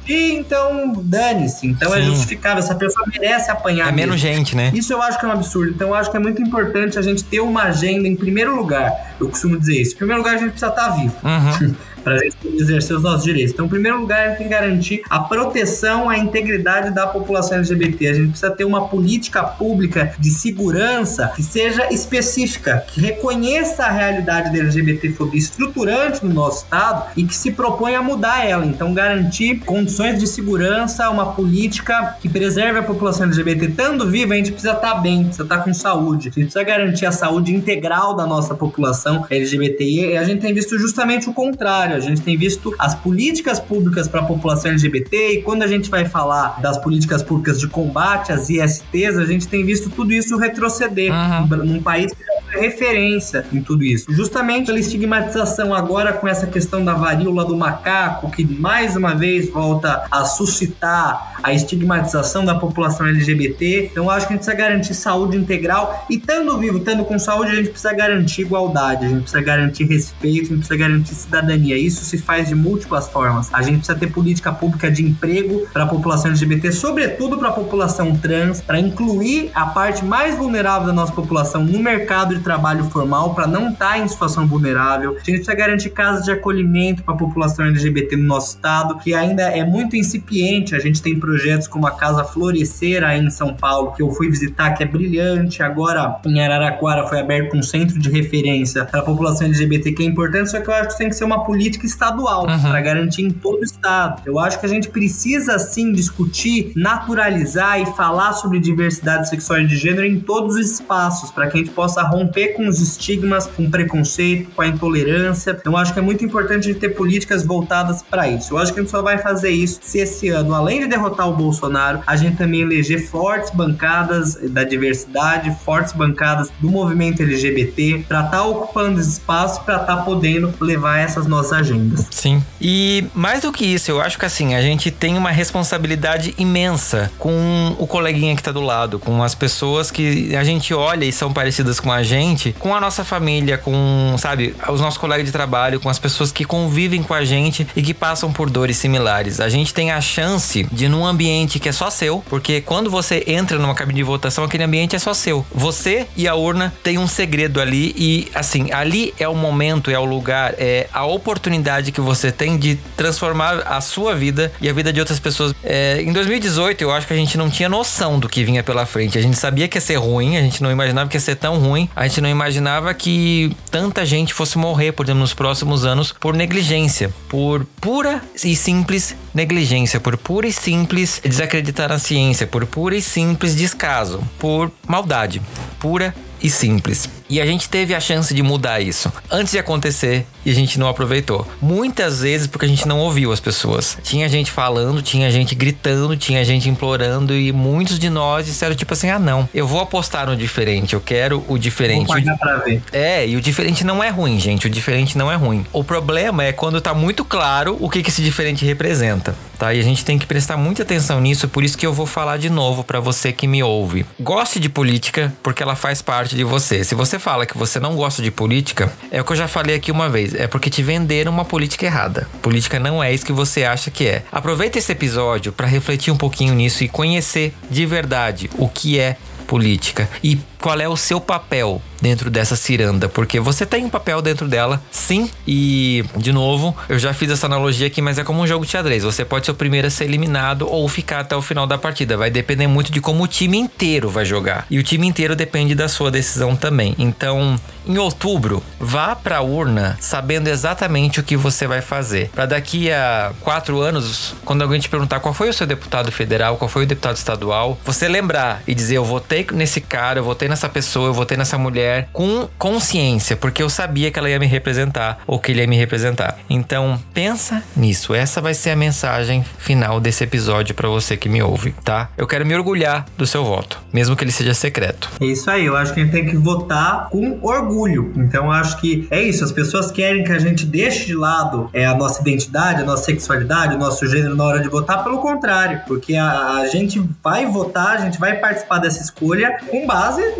discutir, então dane-se. Então Sim. é justificável, essa pessoa merece apanhar. É mesmo. menos gente, né? Isso eu acho que é um absurdo. Então eu acho que é muito importante a gente ter uma agenda em primeiro lugar. Eu costumo dizer isso. Em primeiro lugar, a gente precisa estar vivo. Uhum. Pra gente exercer os nossos direitos. Então, em primeiro lugar, a gente tem que garantir a proteção, a integridade da população L G B T. A gente precisa ter uma política pública de segurança que seja específica, que reconheça a realidade da L G B T fobia estruturante no nosso estado e que se propõe a mudar ela. Então, garantir condições de segurança, uma política que preserve a população L G B T. Estando viva, a gente precisa estar bem, precisa estar com saúde. A gente precisa garantir a saúde integral da nossa população L G B T. E a gente tem visto justamente o contrário. A gente tem visto as políticas públicas para a população L G B T, e quando a gente vai falar das políticas públicas de combate às I S Ts, a gente tem visto tudo isso retroceder uhum. num país que é referência em tudo isso. Justamente pela estigmatização agora com essa questão da varíola do macaco, que mais uma vez volta a suscitar a estigmatização da população L G B T. Então eu acho que a gente precisa garantir saúde integral, e estando vivo, estando com saúde, a gente precisa garantir igualdade, a gente precisa garantir respeito, a gente precisa garantir cidadania. Isso se faz de múltiplas formas. A gente precisa ter política pública de emprego para a população L G B T, sobretudo para a população trans, para incluir a parte mais vulnerável da nossa população no mercado de trabalho formal, para não estar em situação vulnerável. A gente precisa garantir casas de acolhimento para a população L G B T no nosso estado, que ainda é muito incipiente. A gente tem projetos como a Casa Florescer aí em São Paulo, que eu fui visitar, que é brilhante. Agora, em Araraquara, foi aberto um centro de referência para a população L G B T, que é importante, só que eu acho que tem que ser uma política estadual, uhum. para garantir em todo o estado. Eu acho que a gente precisa sim discutir, naturalizar e falar sobre diversidade sexual e de gênero em todos os espaços, para que a gente possa romper com os estigmas, com o preconceito, com a intolerância. Eu acho que é muito importante a gente ter políticas voltadas para isso. Eu acho que a gente só vai fazer isso se esse ano, além de derrotar o Bolsonaro, a gente também eleger fortes bancadas da diversidade, fortes bancadas do movimento L G B T, para estar tá ocupando os espaços, para estar tá podendo levar essas nossas agendas. Sim. E mais do que isso, eu acho que assim, a gente tem uma responsabilidade imensa com o coleguinha que tá do lado, com as pessoas que a gente olha e são parecidas com a gente, com a nossa família, com, sabe, os nossos colegas de trabalho, com as pessoas que convivem com a gente e que passam por dores similares. A gente tem a chance de, num ambiente que é só seu, porque quando você entra numa cabine de votação, aquele ambiente é só seu. Você e a urna tem um segredo ali e, assim, ali é o momento, é o lugar, é a oportunidade que você tem de transformar a sua vida e a vida de outras pessoas. É, em dois mil e dezoito, eu acho que a gente não tinha noção do que vinha pela frente. A gente sabia que ia ser ruim, a gente não imaginava que ia ser tão ruim, a gente não imaginava que tanta gente fosse morrer, por exemplo, nos próximos anos por negligência, por pura e simples negligência, por pura e simples desacreditar na ciência, por pura e simples descaso, por maldade, pura e simples. E a gente teve a chance de mudar isso antes de acontecer e a gente não aproveitou. Muitas vezes porque a gente não ouviu as pessoas. Tinha gente falando, tinha gente gritando, tinha gente implorando e muitos de nós disseram tipo assim, ah não, eu vou apostar no diferente, eu quero o diferente. Vou pagar pra ver. É, e o diferente não é ruim, gente, o diferente não é ruim. O problema é quando tá muito claro o que, que esse diferente representa, tá? E a gente tem que prestar muita atenção nisso, por isso que eu vou falar de novo pra você que me ouve. Goste de política porque ela faz parte de você. Se você fala que você não gosta de política, é o que eu já falei aqui uma vez, é porque te venderam uma política errada. Política não é isso que você acha que é. Aproveita esse episódio para refletir um pouquinho nisso e conhecer de verdade o que é política e qual é o seu papel dentro dessa ciranda, porque você tem um papel dentro dela, sim, e de novo, eu já fiz essa analogia aqui, mas é como um jogo de xadrez, você pode ser o primeiro a ser eliminado ou ficar até o final da partida, vai depender muito de como o time inteiro vai jogar, e o time inteiro depende da sua decisão também. Então, em outubro, vá pra urna sabendo exatamente o que você vai fazer, para daqui a quatro anos, quando alguém te perguntar qual foi o seu deputado federal, qual foi o deputado estadual, você lembrar e dizer, eu votei nesse cara, eu votei nessa pessoa, eu votei nessa mulher, com consciência, porque eu sabia que ela ia me representar ou que ele ia me representar. Então, pensa nisso. Essa vai ser a mensagem final desse episódio pra você que me ouve, tá? Eu quero me orgulhar do seu voto, mesmo que ele seja secreto. É isso aí, eu acho que a gente tem que votar com orgulho. Então, eu acho que é isso, as pessoas querem que a gente deixe de lado é, a nossa identidade, a nossa sexualidade, o nosso gênero na hora de votar, pelo contrário, porque a, a gente vai votar, a gente vai participar dessa escolha com base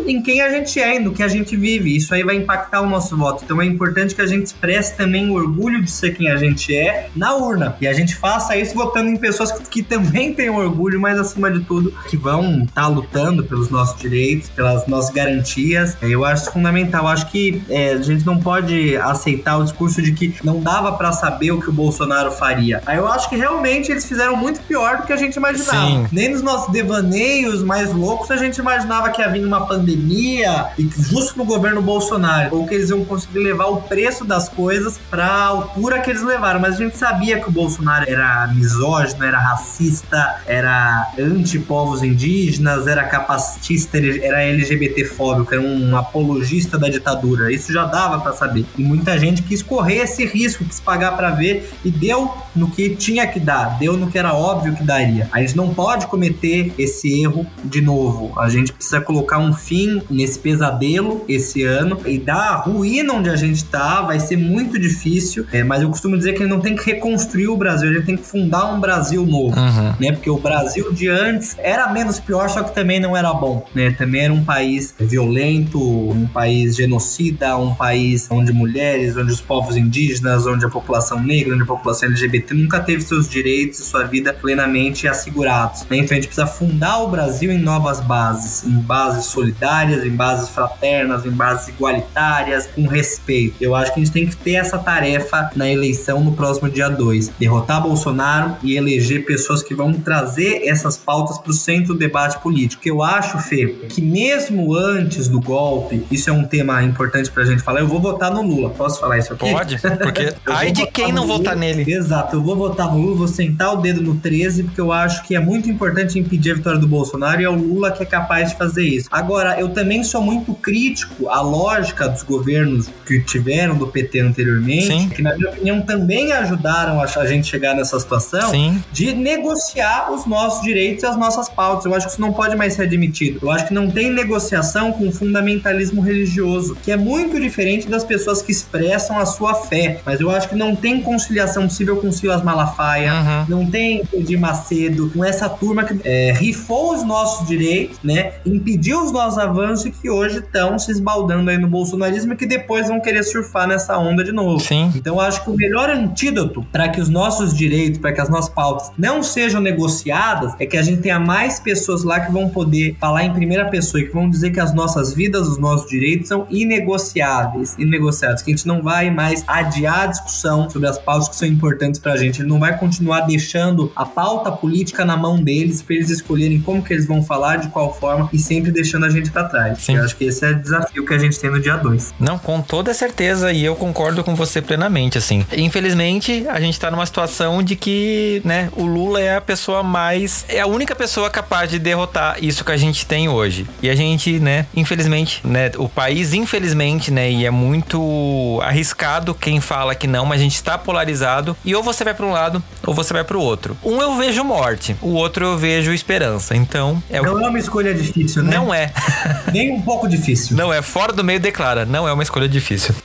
em quem a gente é e no que a gente vive. Isso aí vai impactar o nosso voto. Então é importante que a gente expresse também o orgulho de ser quem a gente é na urna. E a gente faça isso votando em pessoas que, que também têm orgulho, mas acima de tudo, que vão estar tá lutando pelos nossos direitos, pelas nossas garantias. Eu acho isso fundamental. Eu acho que é, a gente não pode aceitar o discurso de que não dava pra saber o que o Bolsonaro faria. Aí eu acho que realmente eles fizeram muito pior do que a gente imaginava. Sim. Nem nos nossos devaneios mais loucos a gente imaginava que ia vir uma pandemia e justo no governo Bolsonaro, ou que eles iam conseguir levar o preço das coisas pra altura que eles levaram. Mas a gente sabia que o Bolsonaro era misógino, era racista, era anti-povos indígenas, era capacitista, era L G B T-fóbico, era um apologista da ditadura. Isso já dava pra saber. E muita gente quis correr esse risco, quis pagar pra ver, e deu no que tinha que dar, deu no que era óbvio que daria. A gente não pode cometer esse erro de novo. A gente precisa colocar um fim nesse pesadelo esse ano e dar a ruína onde a gente tá. Vai ser muito difícil, é, mas eu costumo dizer que a gente não tem que reconstruir o Brasil, a gente tem que fundar um Brasil novo, uhum. né? Porque o Brasil de antes era menos pior, só que também não era bom, né? Também era um país violento, um país genocida, um país onde mulheres, onde os povos indígenas, onde a população negra, onde a população L G B T nunca teve seus direitos e sua vida plenamente assegurados, né? Então a gente precisa fundar o Brasil em novas bases, em bases solidárias, em bases fraternas, em bases igualitárias, com respeito. Eu acho que a gente tem que ter essa tarefa na eleição no próximo dia dois. Derrotar Bolsonaro e eleger pessoas que vão trazer essas pautas para o centro do debate político. Eu acho, Fê, que mesmo antes do golpe, isso é um tema importante pra gente falar, eu vou votar no Lula. Posso falar isso aqui? Pode, porque ai de quem não votar nele. Exato, eu vou votar no Lula, vou sentar o dedo no treze, porque eu acho que é muito importante impedir a vitória do Bolsonaro e é o Lula que é capaz de fazer isso. Agora, eu também sou muito crítico à lógica dos governos que tiveram do P T anteriormente, Sim. que na minha opinião também ajudaram a gente chegar nessa situação Sim. de negociar os nossos direitos e as nossas pautas. Eu acho que isso não pode mais ser admitido. Eu acho que não tem negociação com fundamentalismo religioso, que é muito diferente das pessoas que expressam a sua fé. Mas eu acho que não tem conciliação possível com Silas Malafaia, uhum. não tem Edir Macedo, com essa turma que é, rifou os nossos direitos, né, impediu os nossos avanços e que hoje estão se esbaldando aí no bolsonarismo e que depois vão querer surfar nessa onda de novo. Sim. Então eu acho que o melhor antídoto para que os nossos direitos, para que as nossas pautas não sejam negociadas, é que a gente tenha mais pessoas lá que vão poder falar em primeira pessoa e que vão dizer que as nossas vidas, os nossos direitos são inegociáveis, inegociáveis, que a gente não vai mais adiar a discussão sobre as pautas que são importantes pra gente, ele não vai continuar deixando a pauta política na mão deles, pra eles escolherem como que eles vão falar, de qual forma, e sempre deixando a gente pra trás. Sim. Eu acho que esse é o desafio que a gente tem no dia dois. Não, com toda certeza, e eu concordo com você plenamente, assim. Infelizmente, a gente tá numa situação de que, né, o Lula é a pessoa mais, é a única pessoa capaz de derrotar isso que a gente tem hoje. E a gente, né, infelizmente, né, o país, infelizmente, né, e é muito arriscado quem fala que não, mas a gente está polarizado, e ou você vai para um lado, ou você vai para o outro. Um eu vejo morte, o outro eu vejo esperança, então... É não o... é uma escolha difícil, né? Não é. Nem um pouco difícil. Não é, fora do meio declara, não é uma escolha difícil.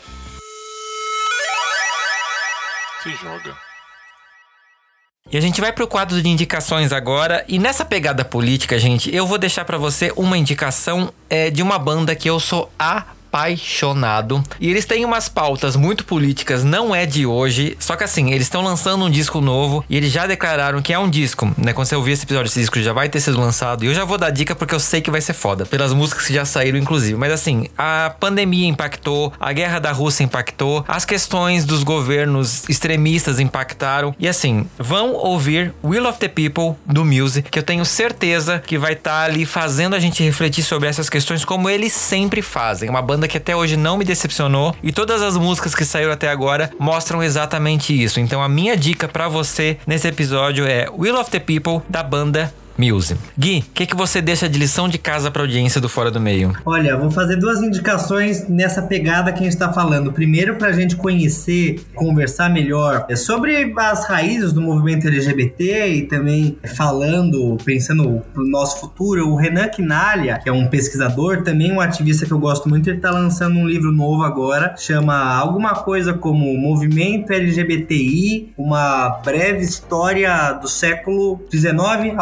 Se joga. E a gente vai pro quadro de indicações agora, e nessa pegada política, gente, eu vou deixar pra você uma indicação é, de uma banda que eu sou apaixonado. E eles têm umas pautas muito políticas, não é de hoje, só que assim, eles estão lançando um disco novo e eles já declararam que é um disco, né? Quando você ouvir esse episódio, esse disco já vai ter sido lançado, e eu já vou dar dica porque eu sei que vai ser foda, pelas músicas que já saíram inclusive. Mas assim, a pandemia impactou, a guerra da Rússia impactou, as questões dos governos extremistas impactaram, e assim, vão ouvir Will of the People do Muse, que eu tenho certeza que vai estar tá ali fazendo a gente refletir sobre essas questões como eles sempre fazem. Uma banda que até hoje não me decepcionou, e todas as músicas que saíram até agora mostram exatamente isso. Então a minha dica pra você nesse episódio é Will of the People, da banda Muse. Gui, o que, que você deixa de lição de casa pra audiência do Fora do Meio? Olha, vou fazer duas indicações nessa pegada que a gente tá falando. Primeiro, pra gente conhecer, conversar melhor é sobre as raízes do movimento L G B T, e também falando, pensando no nosso futuro, o Renan Quinalha, que é um pesquisador, também um ativista que eu gosto muito, ele tá lançando um livro novo agora, chama alguma coisa como Movimento L G B T I, uma breve história do século dezenove aos nossos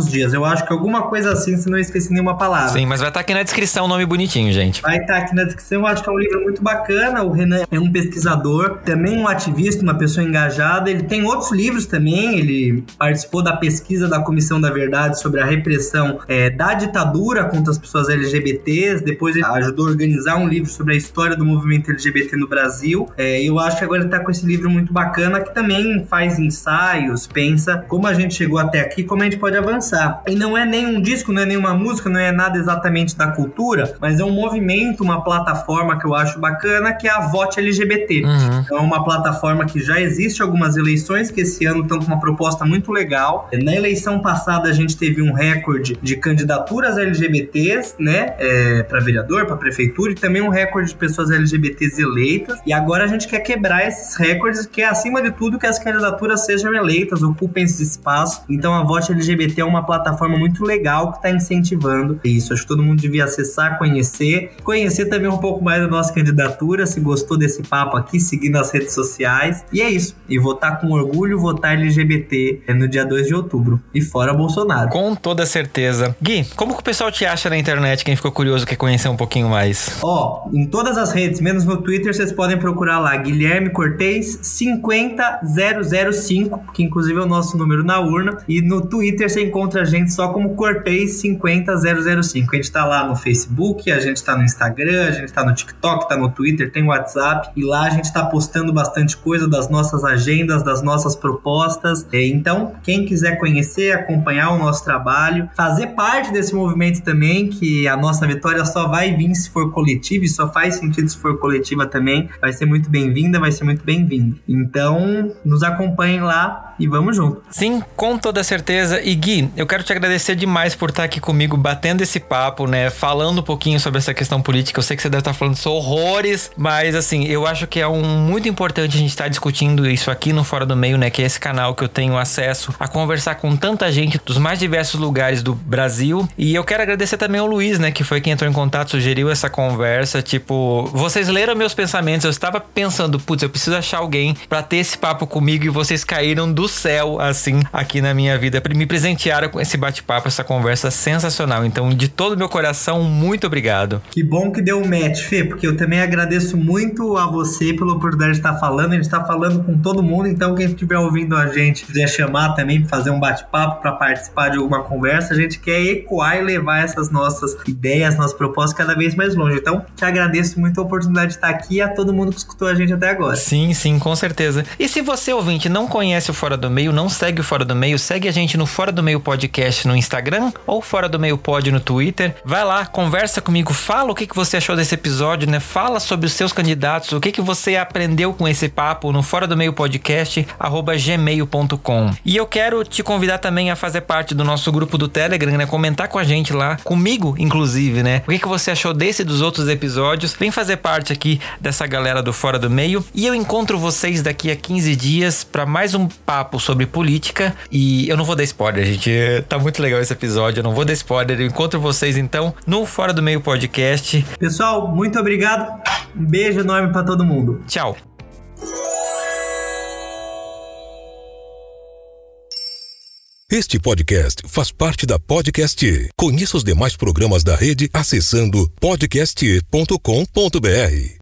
nossos dias. Eu acho que alguma coisa assim, se não esqueci nenhuma palavra. Sim, mas vai estar aqui na descrição o nome bonitinho, gente. Vai estar aqui na descrição. Eu acho que é um livro muito bacana. O Renan é um pesquisador, também um ativista, uma pessoa engajada. Ele tem outros livros também. Ele participou da pesquisa da Comissão da Verdade sobre a repressão é, da ditadura contra as pessoas L G B Ts. Depois ele ajudou a organizar um livro sobre a história do movimento L G B T no Brasil. É, eu acho que agora ele está com esse livro muito bacana, que também faz ensaios, pensa como a gente chegou até aqui, como a gente pode avançar. E não é nem um disco, não é nenhuma música, não é nada exatamente da cultura, mas é um movimento, uma plataforma que eu acho bacana, que é a Vote L G B T. Uhum. Então é uma plataforma que já existe algumas eleições, que esse ano estão com uma proposta muito legal. Na eleição passada a gente teve um recorde de candidaturas L G B Ts, né, é, para vereador, para prefeitura, e também um recorde de pessoas L G B Ts eleitas. E agora a gente quer quebrar esses recordes, que é acima de tudo que as candidaturas sejam eleitas, ocupem esse espaço. Então a Vote L G B T é uma plataforma muito legal que está incentivando isso. Acho que todo mundo devia acessar, conhecer. Conhecer também um pouco mais da nossa candidatura, se gostou desse papo aqui, seguir nas redes sociais. E é isso. E votar com orgulho, votar L G B T é no dia dois de outubro. E fora Bolsonaro. Com toda certeza. Gui, como que o pessoal te acha na internet? Quem ficou curioso quer conhecer um pouquinho mais? Ó, em todas as redes, menos no Twitter, vocês podem procurar lá Guilherme Cortez cinquenta zero zero cinco, que inclusive é o nosso número na urna. E no Twitter você encontra a gente só como Cortez cinquenta zero zero cinco. A gente tá lá no Facebook, a gente tá no Instagram, a gente tá no TikTok, tá no Twitter, tem WhatsApp. E lá a gente tá postando bastante coisa das nossas agendas, das nossas propostas. Então, quem quiser conhecer, acompanhar o nosso trabalho, fazer parte desse movimento também, que a nossa vitória só vai vir se for coletiva, e só faz sentido se for coletiva também, vai ser muito bem-vinda, vai ser muito bem-vindo. Então, nos acompanhem lá e vamos junto. Sim, com toda certeza. E Gui, eu quero te agradecer demais por estar aqui comigo, batendo esse papo, né, falando um pouquinho sobre essa questão política. Eu sei que você deve estar falando só horrores, mas assim, eu acho que é um muito importante a gente estar discutindo isso aqui no Fora do Meio, né, que é esse canal que eu tenho acesso a conversar com tanta gente dos mais diversos lugares do Brasil. E eu quero agradecer também ao Luiz, né, que foi quem entrou em contato, sugeriu essa conversa. Tipo, vocês leram meus pensamentos, eu estava pensando, putz, eu preciso achar alguém pra ter esse papo comigo, e vocês caíram do céu, assim, aqui na minha vida, me presentearam com esse bate-papo, essa conversa sensacional. Então, de todo o meu coração, muito obrigado. Que bom que deu um match, Fê, porque eu também agradeço muito a você pela oportunidade de estar falando. A gente está falando com todo mundo, então quem estiver ouvindo a gente, quiser chamar também para fazer um bate-papo, para participar de alguma conversa, a gente quer ecoar e levar essas nossas ideias, nossas propostas cada vez mais longe. Então, te agradeço muito a oportunidade de estar aqui e a todo mundo que escutou a gente até agora. Sim, sim, com certeza. E se você, ouvinte, não conhece o Fora do Meio, não segue o Fora do Meio, segue a gente no Fora do Meio Podcast no Instagram ou Fora do Meio Pod no Twitter. Vai lá, conversa comigo, fala o que, que você achou desse episódio, né? Fala sobre os seus candidatos, o que, que você aprendeu com esse papo no Fora do Meio Podcast, arroba gmail ponto com. E eu quero te convidar também a fazer parte do nosso grupo do Telegram, né? Comentar com a gente lá, comigo, inclusive, né? O que, que você achou desse e dos outros episódios. Vem fazer parte aqui dessa galera do Fora do Meio. E eu encontro vocês daqui a quinze dias para mais um papo sobre política. E eu não vou dar spoiler, gente. Tá muito legal esse episódio, eu não vou dar spoiler. Eu encontro vocês, então, no Fora do Meio Podcast. Pessoal, muito obrigado. Um beijo enorme para todo mundo. Tchau. Este podcast faz parte da Podcast. Conheça os demais programas da rede acessando podcast ponto com ponto br.